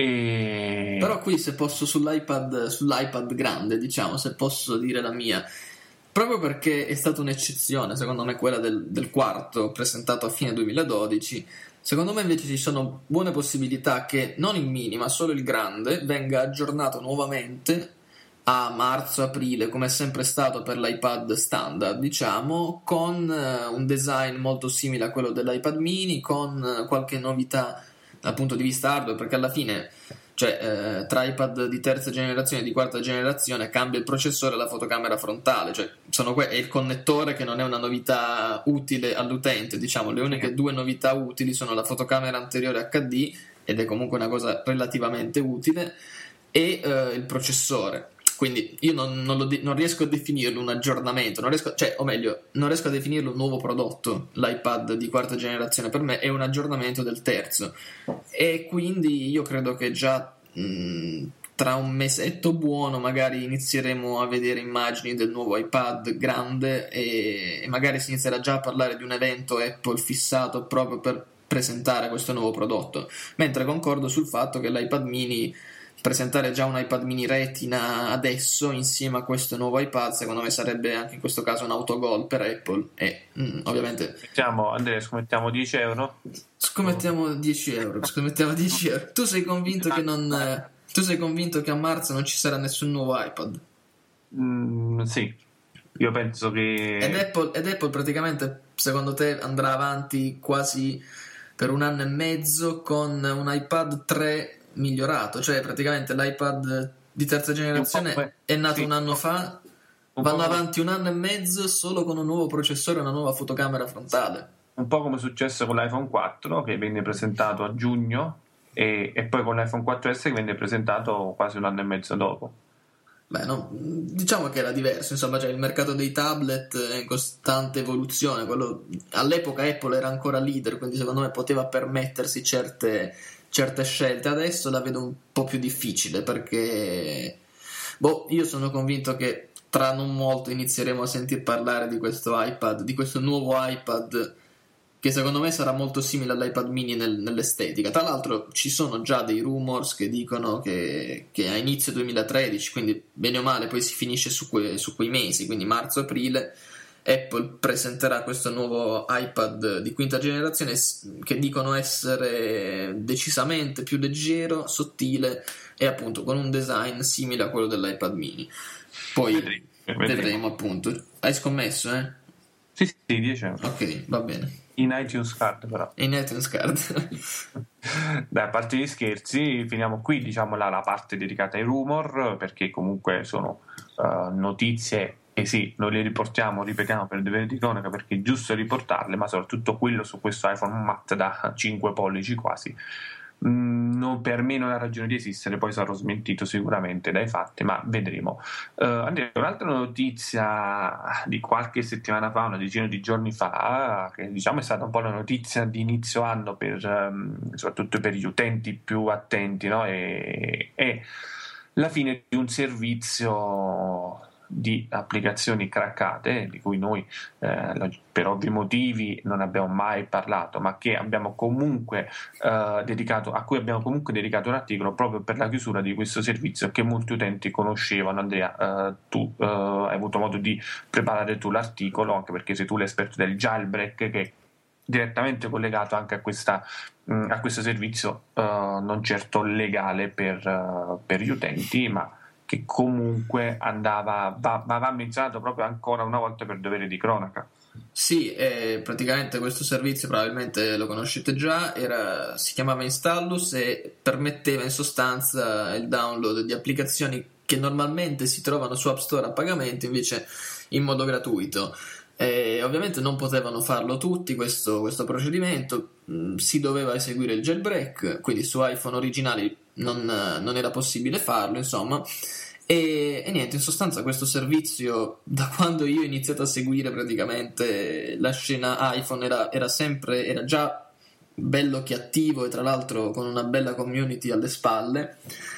E... però qui, se posso, sull'iPad, sull'iPad grande, diciamo, se posso dire la mia, proprio perché è stata un'eccezione secondo me quella del, del quarto presentato a fine duemiladodici, secondo me invece ci sono buone possibilità che non il mini ma solo il grande venga aggiornato nuovamente a marzo-aprile, come è sempre stato per l'iPad standard, diciamo, con uh, un design molto simile a quello dell'iPad mini, con uh, qualche novità dal punto di vista hardware, perché alla fine, cioè, eh, tra iPad di terza generazione e di quarta generazione cambia il processore e la fotocamera frontale, cioè sono que- è il connettore che non è una novità utile all'utente, diciamo. Le uniche due novità utili sono la fotocamera anteriore acca di, ed è comunque una cosa relativamente utile, e eh, il processore. Quindi io non, non, lo de- non riesco a definirlo un aggiornamento, non riesco, cioè, o meglio, non riesco a definirlo un nuovo prodotto. L'iPad di quarta generazione per me è un aggiornamento del terzo, e quindi io credo che già mh, tra un mesetto buono magari inizieremo a vedere immagini del nuovo iPad grande, e, e magari si inizierà già a parlare di un evento Apple fissato proprio per presentare questo nuovo prodotto, mentre concordo sul fatto che l'iPad mini, presentare già un iPad mini Retina adesso insieme a questo nuovo iPad, secondo me sarebbe anche in questo caso un autogol per Apple. E mm, ovviamente scommettiamo, Andrea, scommettiamo dieci euro? Scommettiamo dieci euro, scommettiamo dieci euro. Tu sei convinto che non eh, tu sei convinto che a marzo non ci sarà nessun nuovo iPad? Mm, sì, io penso che ed Apple, ed Apple praticamente secondo te andrà avanti quasi per un anno e mezzo con un iPad tre migliorato, cioè praticamente l'iPad di terza generazione come, è nato sì, un anno fa, un vanno po' avanti un anno e mezzo solo con un nuovo processore e una nuova fotocamera frontale, un po' come è successo con l'iPhone quattro che venne presentato a giugno, e, e poi con l'iPhone quattro esse che venne presentato quasi un anno e mezzo dopo. Beh, no, diciamo che era diverso, insomma, cioè il mercato dei tablet è in costante evoluzione. Quello, all'epoca Apple era ancora leader, quindi secondo me poteva permettersi certe certe scelte. Adesso la vedo un po' più difficile, perché boh, io sono convinto che tra non molto inizieremo a sentir parlare di questo iPad, di questo nuovo iPad, che secondo me sarà molto simile all'iPad mini nel, nell'estetica. Tra l'altro ci sono già dei rumors che dicono che, che a inizio duemilatredici, quindi bene o male poi si finisce su, que, su quei mesi, quindi marzo-aprile, Apple presenterà questo nuovo iPad di quinta generazione, che dicono essere decisamente più leggero, sottile e appunto con un design simile a quello dell'iPad mini. Poi vedremo, vedremo. vedremo appunto. Hai scommesso, eh? Sì, sì, dieci euro. Ok, va bene. In iTunes Card, però. In iTunes Card. Dai, a parte gli scherzi, finiamo qui, diciamo, la, la parte dedicata ai rumor, perché comunque sono uh, notizie. E sì, noi le riportiamo, ripetiamo per dovere di cronaca, perché è giusto riportarle, ma soprattutto quello su questo iPhone Matte da cinque pollici quasi. Mm, non, per me non ha ragione di esistere, poi sarò smentito sicuramente dai fatti, ma vedremo. Uh, Andrea, un'altra notizia di qualche settimana fa, una decina di giorni fa, che diciamo è stata un po' una notizia di inizio anno, per, um, soprattutto per gli utenti più attenti, no? E, e la fine di un servizio di applicazioni craccate, di cui noi eh, per ovvi motivi non abbiamo mai parlato, ma che abbiamo comunque eh, dedicato, a cui abbiamo comunque dedicato un articolo proprio per la chiusura di questo servizio, che molti utenti conoscevano. Andrea, eh, tu eh, hai avuto modo di preparare tu l'articolo, anche perché sei tu l'esperto del jailbreak, che è direttamente collegato anche a questa mh, a questo servizio eh, non certo legale per, uh, per gli utenti, ma che comunque andava va, va menzionato proprio ancora una volta per dovere di cronaca. Sì, eh, praticamente questo servizio probabilmente lo conoscete già, era, si chiamava Installus e permetteva in sostanza il download di applicazioni che normalmente si trovano su App Store a pagamento, invece in modo gratuito. Eh, ovviamente non potevano farlo tutti questo, questo procedimento, mh, si doveva eseguire il jailbreak, quindi su iPhone originali non, non era possibile farlo, insomma. E, e niente, in sostanza questo servizio, da quando io ho iniziato a seguire praticamente la scena iPhone, era, era sempre, era già bello che attivo e tra l'altro con una bella community alle spalle.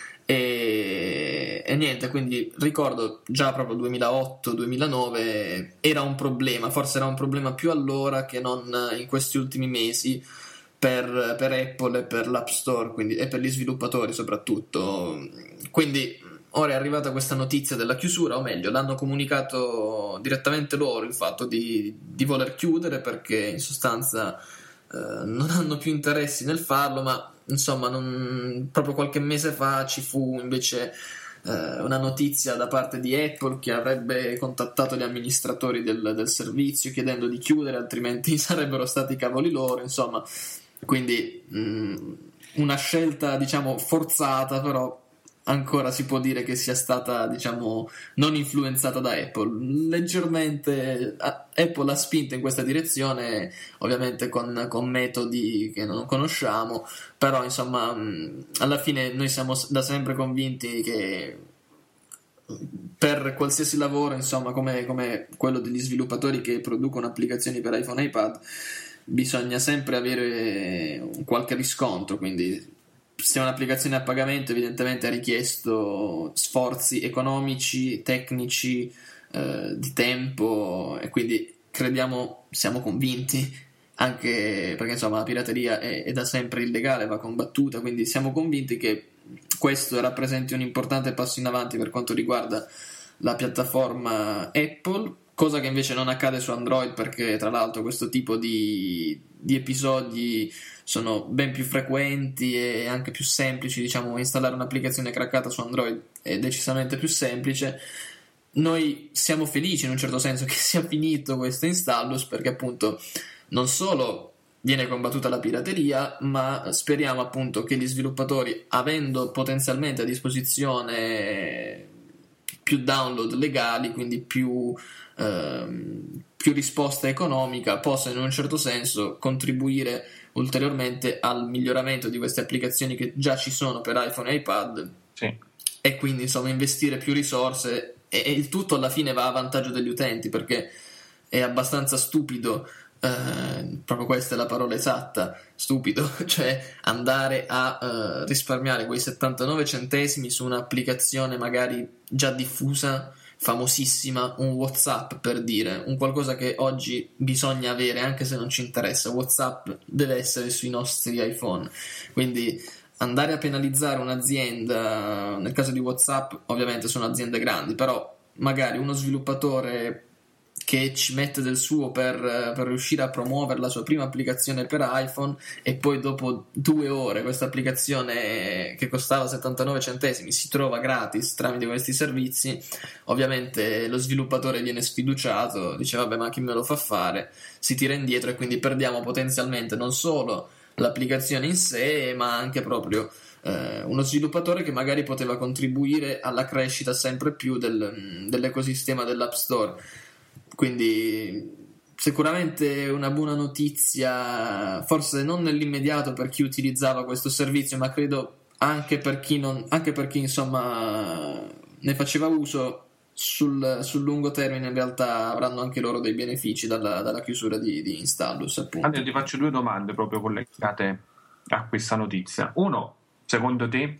E, e niente, quindi ricordo già proprio duemilaotto duemilanove era un problema, forse era un problema più allora che non in questi ultimi mesi per, per Apple e per l'App Store, quindi, e per gli sviluppatori soprattutto. Quindi ora è arrivata questa notizia della chiusura, o meglio, l'hanno comunicato direttamente loro il fatto di, di voler chiudere, perché in sostanza eh, non hanno più interessi nel farlo, ma insomma non, proprio qualche mese fa ci fu invece eh, una notizia da parte di Apple che avrebbe contattato gli amministratori del, del servizio chiedendo di chiudere, altrimenti sarebbero stati i cavoli loro, insomma. Quindi mh, una scelta diciamo forzata, però ancora si può dire che sia stata, diciamo, non influenzata da Apple. Leggermente Apple ha spinto in questa direzione, ovviamente con, con metodi che non conosciamo, però insomma alla fine noi siamo da sempre convinti che per qualsiasi lavoro, insomma, come, come quello degli sviluppatori che producono applicazioni per iPhone e iPad, bisogna sempre avere qualche riscontro, quindi se è un'applicazione a pagamento evidentemente ha richiesto sforzi economici, tecnici, eh, di tempo, e quindi crediamo, siamo convinti, anche perché insomma la pirateria è, è da sempre illegale, va combattuta, quindi siamo convinti che questo rappresenti un importante passo in avanti per quanto riguarda la piattaforma Apple, cosa che invece non accade su Android, perché tra l'altro questo tipo di, di episodi sono ben più frequenti e anche più semplici, diciamo, installare un'applicazione craccata su Android è decisamente più semplice. Noi siamo felici in un certo senso che sia finito questo Installus, perché appunto non solo viene combattuta la pirateria, ma speriamo appunto che gli sviluppatori, avendo potenzialmente a disposizione più download legali, quindi più ehm, più risposta economica, possano in un certo senso contribuire ulteriormente al miglioramento di queste applicazioni che già ci sono per iPhone e iPad, sì. E quindi insomma investire più risorse, e, e il tutto alla fine va a vantaggio degli utenti, perché è abbastanza stupido, eh, proprio questa è la parola esatta, stupido, cioè andare a eh, risparmiare quei settantanove centesimi su un'applicazione magari già diffusa, famosissima, un WhatsApp, per dire, un qualcosa che oggi bisogna avere anche se non ci interessa. WhatsApp deve essere sui nostri iPhone, quindi andare a penalizzare un'azienda, nel caso di WhatsApp ovviamente sono aziende grandi, però magari uno sviluppatore che ci mette del suo per, per riuscire a promuovere la sua prima applicazione per iPhone, e poi dopo due ore questa applicazione che costava settantanove centesimi si trova gratis tramite questi servizi, ovviamente lo sviluppatore viene sfiduciato, dice vabbè, ma chi me lo fa fare, si tira indietro, e quindi perdiamo potenzialmente non solo l'applicazione in sé, ma anche proprio eh, uno sviluppatore che magari poteva contribuire alla crescita sempre più del, dell'ecosistema dell'App Store. Quindi sicuramente una buona notizia, forse non nell'immediato per chi utilizzava questo servizio, ma credo anche per chi non, anche per chi insomma ne faceva uso. Sul, sul lungo termine in realtà avranno anche loro dei benefici dalla, dalla chiusura di, di Installus, appunto. Andrea, ti faccio due domande proprio collegate a questa notizia. Uno, secondo te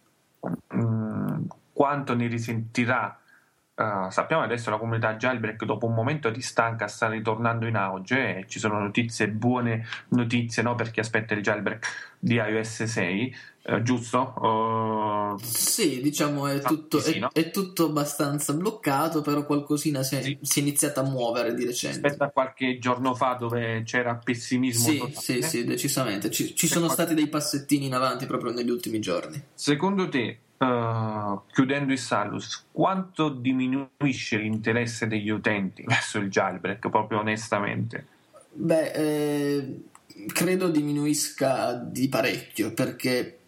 mh, quanto ne risentirà? Uh, sappiamo adesso la comunità jailbreak dopo un momento di stanca sta ritornando in auge, e ci sono notizie, buone notizie, no, per chi aspetta il jailbreak di iOS sei, uh, giusto? Uh... Sì, diciamo è tutto, sì, è, no? è tutto abbastanza bloccato, però qualcosina si è, sì. si è iniziata a muovere di recente. Rispetto a qualche giorno fa dove c'era pessimismo. Sì, totale. sì, sì, decisamente. Ci, ci sono qual- stati dei passettini in avanti proprio negli ultimi giorni. Secondo te uh, chiudendo il Salus, quanto diminuisce l'interesse degli utenti verso il jailbreak, proprio onestamente? Beh, eh, credo diminuisca di parecchio, perché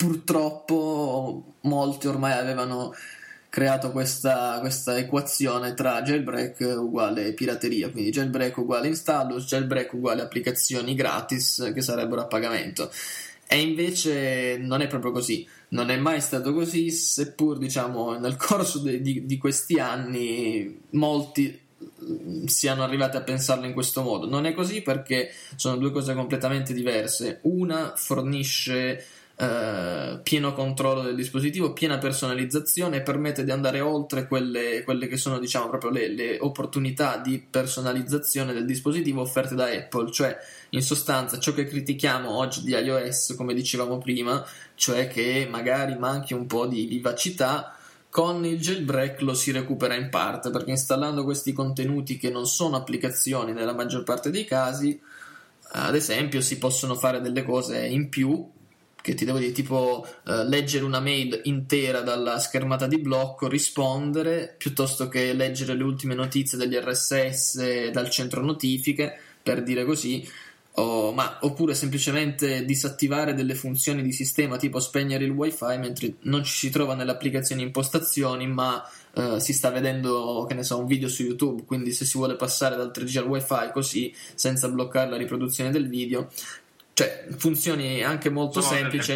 purtroppo molti ormai avevano creato questa, questa equazione tra jailbreak uguale pirateria, quindi jailbreak uguale installus, jailbreak uguale applicazioni gratis che sarebbero a pagamento. E invece non è proprio così, non è mai stato così, seppur diciamo nel corso de, di, di questi anni molti siano arrivati a pensarlo in questo modo. Non è così perché sono due cose completamente diverse. Una fornisce Uh, pieno controllo del dispositivo, piena personalizzazione, e permette di andare oltre quelle, quelle che sono diciamo proprio le, le opportunità di personalizzazione del dispositivo offerte da Apple, cioè in sostanza ciò che critichiamo oggi di iOS, come dicevamo prima, cioè che magari manchi un po' di vivacità. Con il jailbreak lo si recupera in parte, perché installando questi contenuti che non sono applicazioni nella maggior parte dei casi, ad esempio si possono fare delle cose in più che ti devo dire, tipo uh, leggere una mail intera dalla schermata di blocco, rispondere, piuttosto che leggere le ultime notizie degli R S S dal centro notifiche, per dire così, o, ma, oppure semplicemente disattivare delle funzioni di sistema, tipo spegnere il wifi mentre non ci si trova nell'applicazione impostazioni, ma uh, si sta vedendo, che ne so, un video su YouTube, quindi se si vuole passare dal tre G al wifi così, senza bloccare la riproduzione del video. Cioè, funzioni anche molto sono semplici.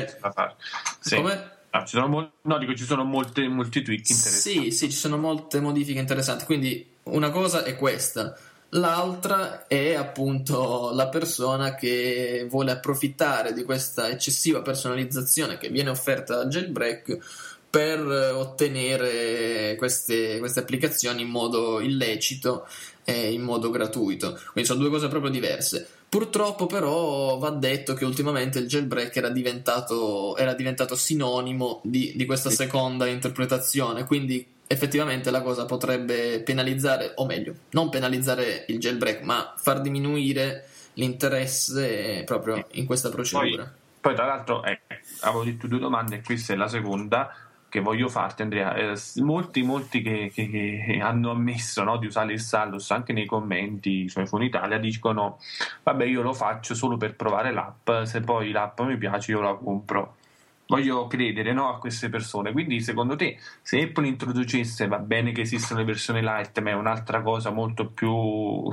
Sì. Come? Ah, ci sono mol- no, dico ci sono molte, molti tweak interessanti. Sì, sì, ci sono molte modifiche interessanti. Quindi una cosa è questa. L'altra è appunto la persona che vuole approfittare di questa eccessiva personalizzazione che viene offerta dal jailbreak per ottenere queste, queste applicazioni in modo illecito e in modo gratuito. Quindi sono due cose proprio diverse. Purtroppo però va detto che ultimamente il jailbreak era diventato, era diventato sinonimo di, di questa sì. seconda interpretazione, quindi effettivamente la cosa potrebbe penalizzare, o meglio, non penalizzare il jailbreak, ma far diminuire l'interesse proprio in questa procedura. Poi, poi tra l'altro, eh, avevo detto due domande e questa è la seconda che voglio farti, Andrea. Eh, molti molti che, che, che hanno ammesso, no, di usare il Salus anche nei commenti su iPhone Italia dicono vabbè, io lo faccio solo per provare l'app, se poi l'app mi piace io la compro. Voglio credere, no, a queste persone. Quindi secondo te, se Apple introducesse, va bene che esistono le versioni light, ma è un'altra cosa molto più uh,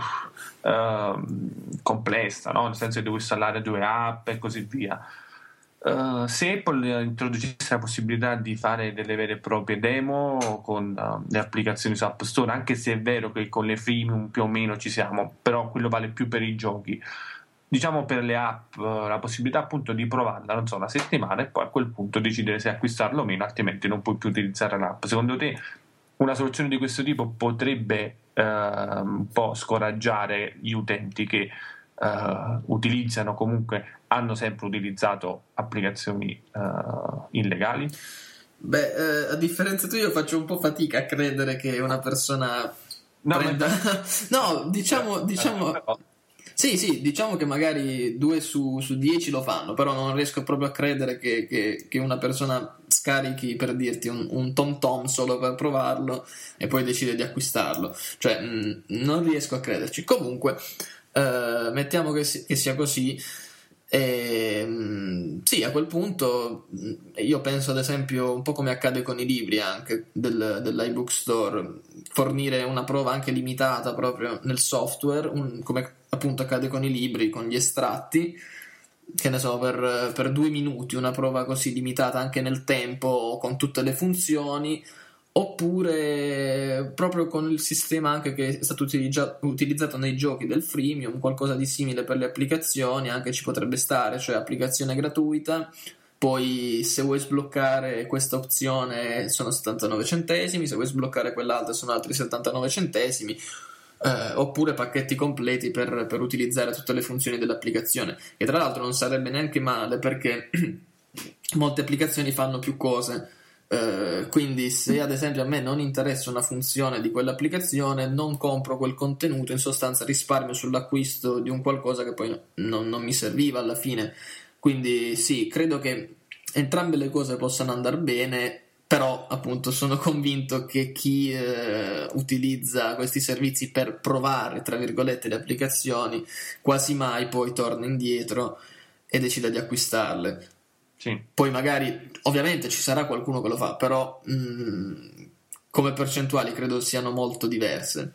complessa, no? Nel senso che devo installare due app e così via. Uh, se Apple introducesse la possibilità di fare delle vere e proprie demo con uh, le applicazioni su App Store, anche se è vero che con le freemium più o meno ci siamo, però quello vale più per i giochi, diciamo per le app, uh, la possibilità appunto di provarla, non so, una settimana e poi a quel punto decidere se acquistarlo o meno, altrimenti non puoi più utilizzare l'app. Secondo te una soluzione di questo tipo potrebbe uh, un po' scoraggiare gli utenti che Uh, utilizzano, comunque hanno sempre utilizzato applicazioni uh, illegali? Beh, eh, a differenza tua io faccio un po' fatica a credere che una persona no, prenda... ma... no, diciamo, diciamo... sì, sì, diciamo che magari due su, su dieci lo fanno, però non riesco proprio a credere che, che, che una persona scarichi, per dirti, un, un Tom Tom solo per provarlo e poi decide di acquistarlo. Cioè, mh, non riesco a crederci. Comunque Uh, mettiamo che, si, che sia così, e, mh, sì, a quel punto mh, io penso ad esempio un po' come accade con i libri anche del, dell'iBook Store, fornire una prova anche limitata proprio nel software, un, come appunto accade con i libri, con gli estratti, che ne so, per, per due minuti, una prova così limitata anche nel tempo con tutte le funzioni. Oppure proprio con il sistema anche che è stato utilizza- utilizzato nei giochi del freemium, qualcosa di simile per le applicazioni anche ci potrebbe stare, cioè applicazione gratuita, poi se vuoi sbloccare questa opzione sono settantanove centesimi, se vuoi sbloccare quell'altra sono altri settantanove centesimi, eh, oppure pacchetti completi per, per utilizzare tutte le funzioni dell'applicazione, che tra l'altro non sarebbe neanche male perché molte applicazioni fanno più cose. Uh, quindi se ad esempio a me non interessa una funzione di quell'applicazione, non compro quel contenuto, in sostanza risparmio sull'acquisto di un qualcosa che poi no, non, non mi serviva alla fine. Quindi sì, credo che entrambe le cose possano andare bene, però appunto sono convinto che chi eh, utilizza questi servizi per provare, tra virgolette, le applicazioni quasi mai poi torna indietro e decide di acquistarle. Sì. Poi magari, ovviamente ci sarà qualcuno che lo fa, però mh, come percentuali credo siano molto diverse.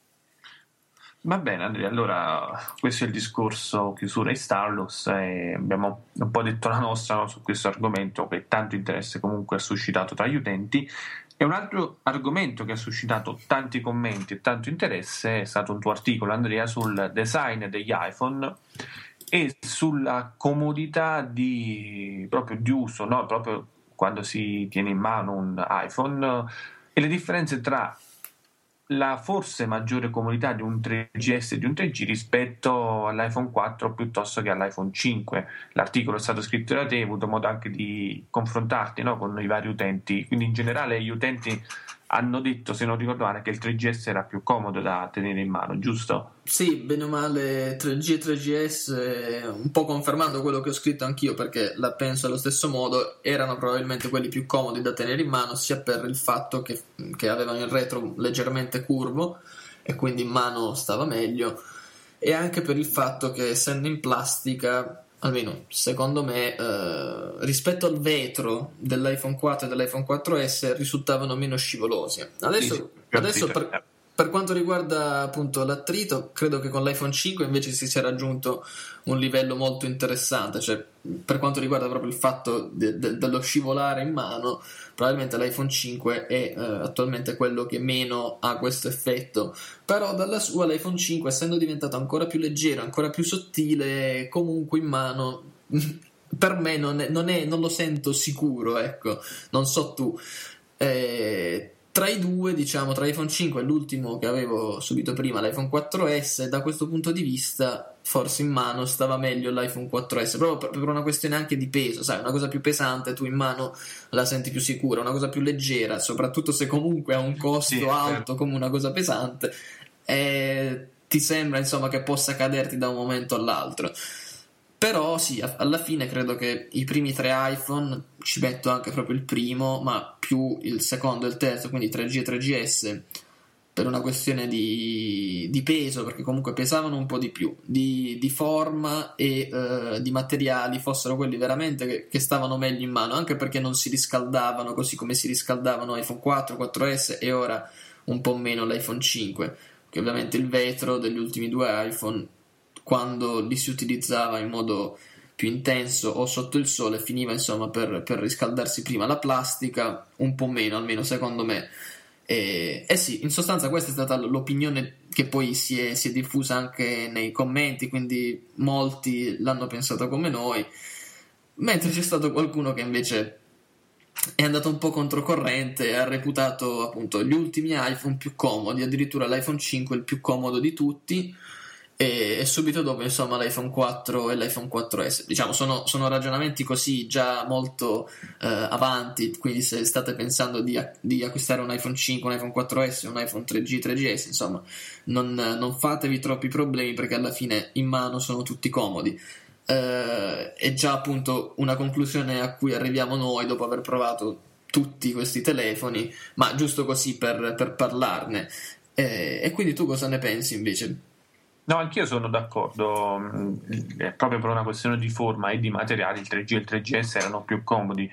Va bene Andrea, allora questo è il discorso chiusura di Starlux e abbiamo un po' detto la nostra, no, su questo argomento che tanto interesse comunque ha suscitato tra gli utenti. E un altro argomento che ha suscitato tanti commenti e tanto interesse è stato un tuo articolo, Andrea, sul design degli iPhone e sulla comodità di, proprio di uso, no? Proprio quando si tiene in mano un iPhone, e le differenze tra la forse maggiore comodità di un tre G S e di un tre G rispetto all'iPhone quattro piuttosto che all'iPhone cinque. L'articolo è stato scritto da te, hai avuto modo anche di confrontarti, no, con i vari utenti, quindi in generale gli utenti hanno detto, se non ricordo male, che il tre G S era più comodo da tenere in mano, giusto? Sì, bene o male tre G e tre G S, un po' confermando quello che ho scritto anch'io, perché la penso allo stesso modo, erano probabilmente quelli più comodi da tenere in mano, sia per il fatto che, che avevano il retro leggermente curvo e quindi in mano stava meglio, e anche per il fatto che, essendo in plastica, almeno secondo me, eh, rispetto al vetro dell'iPhone quattro e dell'iPhone quattro S risultavano meno scivolosi. Adesso, Sì, sì, adesso per, per quanto riguarda appunto l'attrito, credo che con l'iPhone cinque invece si sia raggiunto un livello molto interessante, cioè per quanto riguarda proprio il fatto de, de, dello scivolare in mano, probabilmente l'iPhone cinque è eh, attualmente quello che meno ha questo effetto, però dalla sua l'iPhone cinque, essendo diventato ancora più leggero, ancora più sottile, comunque in mano per me non, è, non, è, non lo sento sicuro, ecco, non so tu. Eh, tra i due, diciamo, tra l'iPhone cinque e l'ultimo che avevo subito prima, l'iPhone quattro S, da questo punto di vista forse in mano stava meglio l'iPhone quattro S, proprio per una questione anche di peso, sai, una cosa più pesante tu in mano la senti più sicura, una cosa più leggera, soprattutto se comunque ha un costo sì, alto certo. come una cosa pesante, eh, ti sembra insomma che possa caderti da un momento all'altro. Però sì, alla fine credo che i primi tre iPhone, ci metto anche proprio il primo, ma più il secondo e il terzo, quindi tre G e tre G S, per una questione di, di peso, perché comunque pesavano un po' di più, di, di forma e eh, di materiali, fossero quelli veramente che, che stavano meglio in mano, anche perché non si riscaldavano così come si riscaldavano iPhone quattro, quattro S e ora un po' meno l'iPhone cinque, che ovviamente il vetro degli ultimi due iPhone, quando li si utilizzava in modo più intenso o sotto il sole, finiva insomma per, per riscaldarsi prima. La plastica un po' meno, almeno secondo me. E eh sì, in sostanza questa è stata l'opinione che poi si è, si è diffusa anche nei commenti, quindi molti l'hanno pensato come noi, mentre c'è stato qualcuno che invece è andato un po' controcorrente e ha reputato appunto gli ultimi iPhone più comodi, addirittura l'iPhone cinque il più comodo di tutti, e subito dopo insomma l'iPhone quattro e l'iPhone quattro S. Diciamo sono, sono ragionamenti così già molto eh, avanti, quindi se state pensando di, di acquistare un iPhone cinque, un iPhone quattro S, un iPhone tre G, tre G S, insomma non, non fatevi troppi problemi, perché alla fine in mano sono tutti comodi. Eh, è già appunto una conclusione a cui arriviamo noi dopo aver provato tutti questi telefoni, ma giusto così per, per parlarne. Eh, e quindi tu cosa ne pensi invece? No, anch'io sono d'accordo, eh, proprio per una questione di forma e di materiali il tre G e il tre G S erano più comodi.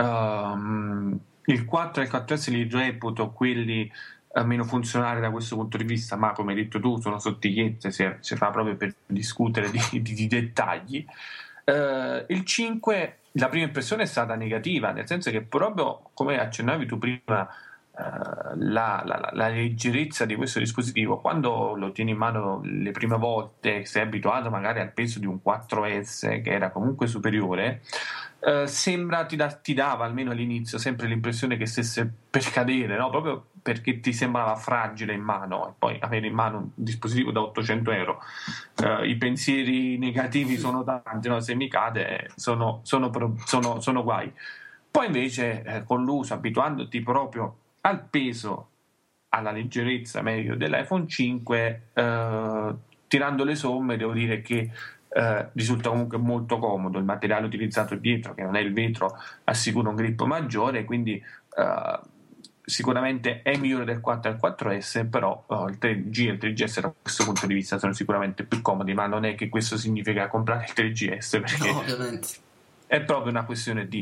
Um, il quattro e il quattro S li reputo quelli eh, meno funzionali da questo punto di vista, ma come hai detto tu sono sottigliezze, si, si fa proprio per discutere di, di, di dettagli. Uh, il cinque, la prima impressione è stata negativa, nel senso che proprio, come accennavi tu prima, La, la, la leggerezza di questo dispositivo, quando lo tieni in mano le prime volte, sei abituato magari al peso di un quattro S che era comunque superiore, eh, sembra ti, da, ti dava almeno all'inizio sempre l'impressione che stesse per cadere, no? Proprio perché ti sembrava fragile in mano, e poi avere in mano un dispositivo da ottocento euro, eh, i pensieri negativi sono tanti, no? Se mi cade sono, sono, sono, sono guai. Poi invece eh, con l'uso, abituandoti proprio al peso, alla leggerezza meglio dell'iPhone cinque, eh, tirando le somme devo dire che eh, risulta comunque molto comodo. Il materiale utilizzato dietro, che non è il vetro, assicura un grip maggiore, quindi uh, sicuramente è migliore del quattro e il quattro S, però uh, il tre G e il tre G S da questo punto di vista sono sicuramente più comodi, ma non è che questo significa comprare il tre G S, perché no, ovviamente è proprio una questione di,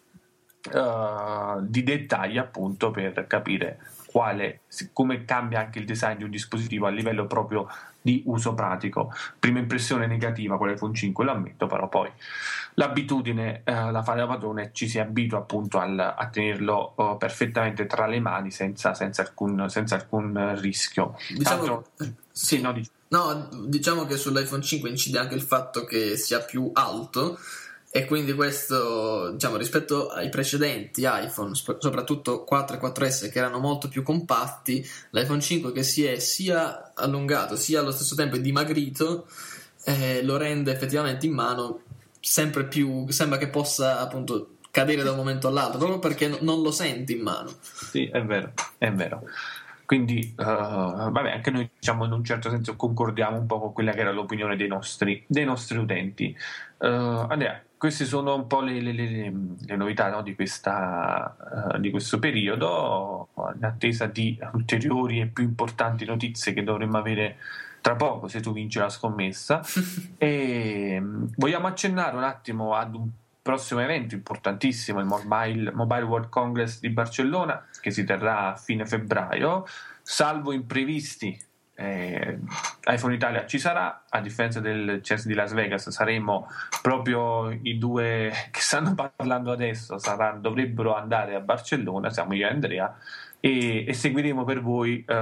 uh, di dettagli, appunto, per capire quale, come cambia anche il design di un dispositivo a livello proprio di uso pratico. Prima impressione negativa con l'iPhone cinque, lo ammetto, però poi l'abitudine eh, la fa da padrone, ci si abitua appunto al, a tenerlo uh, perfettamente tra le mani senza, senza, alcun, senza alcun rischio. Diciamo, Tanto, sì, no, dic- no, diciamo che sull'iPhone cinque incide anche il fatto che sia più alto, e quindi questo, diciamo, rispetto ai precedenti iPhone, soprattutto quattro e quattro S, che erano molto più compatti, l'iPhone cinque, che si è sia allungato sia allo stesso tempo dimagrito, eh, lo rende effettivamente in mano sempre più, sembra che possa appunto cadere da un momento all'altro, proprio perché no, non lo senti in mano. Sì, è vero, è vero. Quindi, uh, vabbè, anche noi, diciamo, in un certo senso concordiamo un po' con quella che era l'opinione dei nostri, dei nostri utenti. Uh, Andrea, queste sono un po' le, le, le, le novità, no, di, questa, uh, di questo periodo, in attesa di ulteriori e più importanti notizie che dovremmo avere tra poco, se tu vinci la scommessa. E um, vogliamo accennare un attimo ad un prossimo evento importantissimo, il Mobile, Mobile World Congress di Barcellona, che si terrà a fine febbraio. Salvo imprevisti, eh, iPhone Italia ci sarà, a differenza del C E S di Las Vegas saremo proprio i due che stanno parlando adesso, saranno, dovrebbero andare a Barcellona, siamo io e Andrea, e, e seguiremo per voi uh,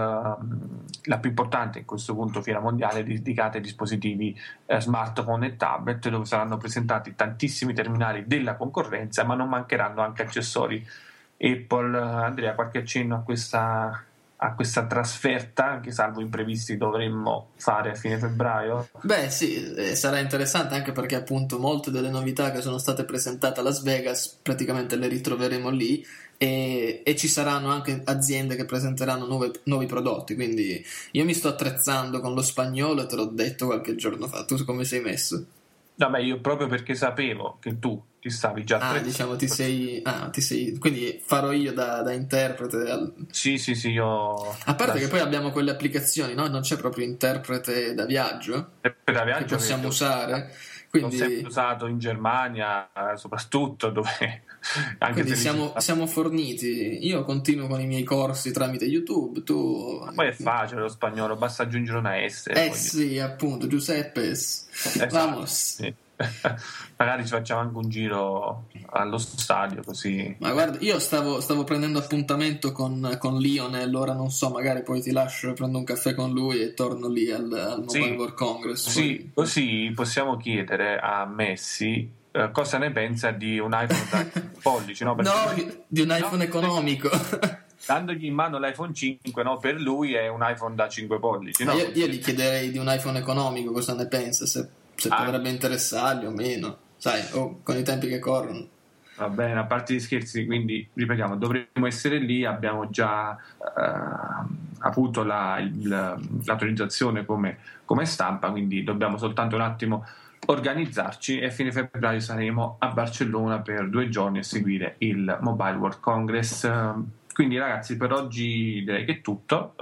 la più importante in questo punto fiera mondiale dedicata ai dispositivi uh, smartphone e tablet, dove saranno presentati tantissimi terminali della concorrenza, ma non mancheranno anche accessori Apple. Andrea, qualche accenno a questa, a questa trasferta che, salvo imprevisti, dovremmo fare a fine febbraio? Beh sì, eh, sarà interessante, anche perché appunto molte delle novità che sono state presentate a Las Vegas praticamente le ritroveremo lì, e, e ci saranno anche aziende che presenteranno nuove, nuovi prodotti, quindi io mi sto attrezzando con lo spagnolo, te l'ho detto qualche giorno fa. Tu come sei messo? No, beh, io proprio perché sapevo che tu ti stavi già ah diciamo ti sei, ah, ti sei quindi farò io da, da interprete al... sì sì sì io a parte che poi abbiamo quelle applicazioni, no? Non c'è proprio interprete da viaggio, per da viaggio che possiamo vedo, usare, quindi quindi l'ho sempre usato in Germania, soprattutto, dove anche quindi se siamo, risulta... siamo forniti. Io continuo con i miei corsi tramite YouTube, tu... Ma poi è facile lo spagnolo, basta aggiungere una S. Eh poi... sì, appunto, Giuseppes. Esatto, Vamos. sì. Magari ci facciamo anche un giro allo stadio, così. Ma guarda, io stavo, stavo prendendo appuntamento con, con Lionel, ora non so, magari poi ti lascio, prendo un caffè con lui e torno lì al, al Mobile Sì, World Congress. sì, Poi... così possiamo chiedere a Messi eh, cosa ne pensa di un iPhone da pollici, no? Perché... no, di, di un iPhone no, economico. Dandogli in mano l'iPhone cinque, no? Per lui è un iPhone da cinque pollici, no? io, io gli chiederei di un iPhone economico cosa ne pensa, se, se Ah. potrebbe interessargli o meno, sai, oh, con i tempi che corrono. Va bene, a parte gli scherzi, quindi ripetiamo, dovremmo essere lì, abbiamo già eh, avuto la, il, l'autorizzazione come, come stampa, quindi dobbiamo soltanto un attimo organizzarci e a fine febbraio saremo a Barcellona per due giorni a seguire il Mobile World Congress. Quindi ragazzi, per oggi direi che è tutto,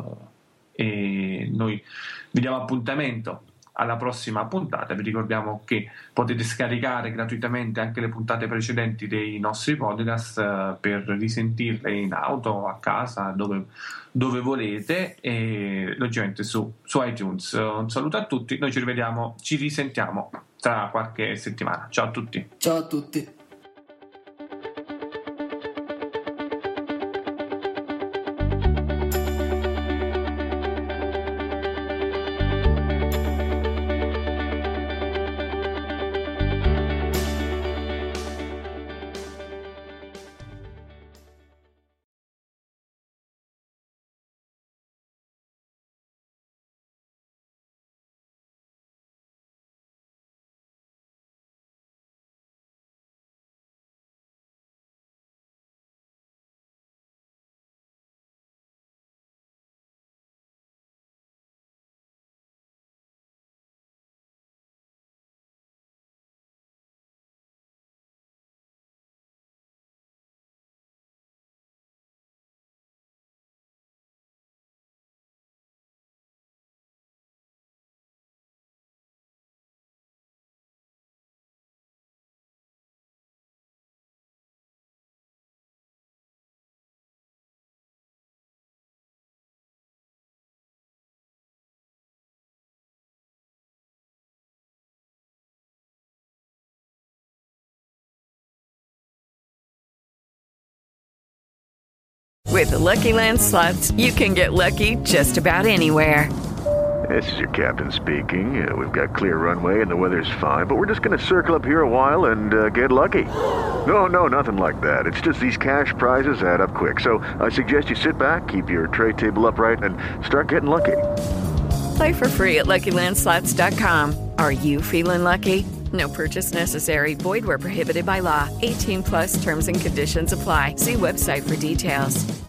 eh, e noi vi diamo appuntamento alla prossima puntata. Vi ricordiamo che potete scaricare gratuitamente anche le puntate precedenti dei nostri podcast eh, per risentirle in auto, a casa, dove, dove volete, e logicamente su, su iTunes. Un saluto a tutti, noi ci rivediamo, ci risentiamo tra qualche settimana. Ciao a tutti. Ciao a tutti. With the Lucky Land Slots, you can get lucky just about anywhere. This is your captain speaking. Uh, we've got clear runway and the weather's fine, but we're just going to circle up here a while and uh, get lucky. No, no, nothing like that. It's just these cash prizes add up quick. So I suggest you sit back, keep your tray table upright, and start getting lucky. Play for free at Lucky Land Slots dot com. Are you feeling lucky? No purchase necessary. Void where prohibited by law. eighteen plus terms and conditions apply. See website for details.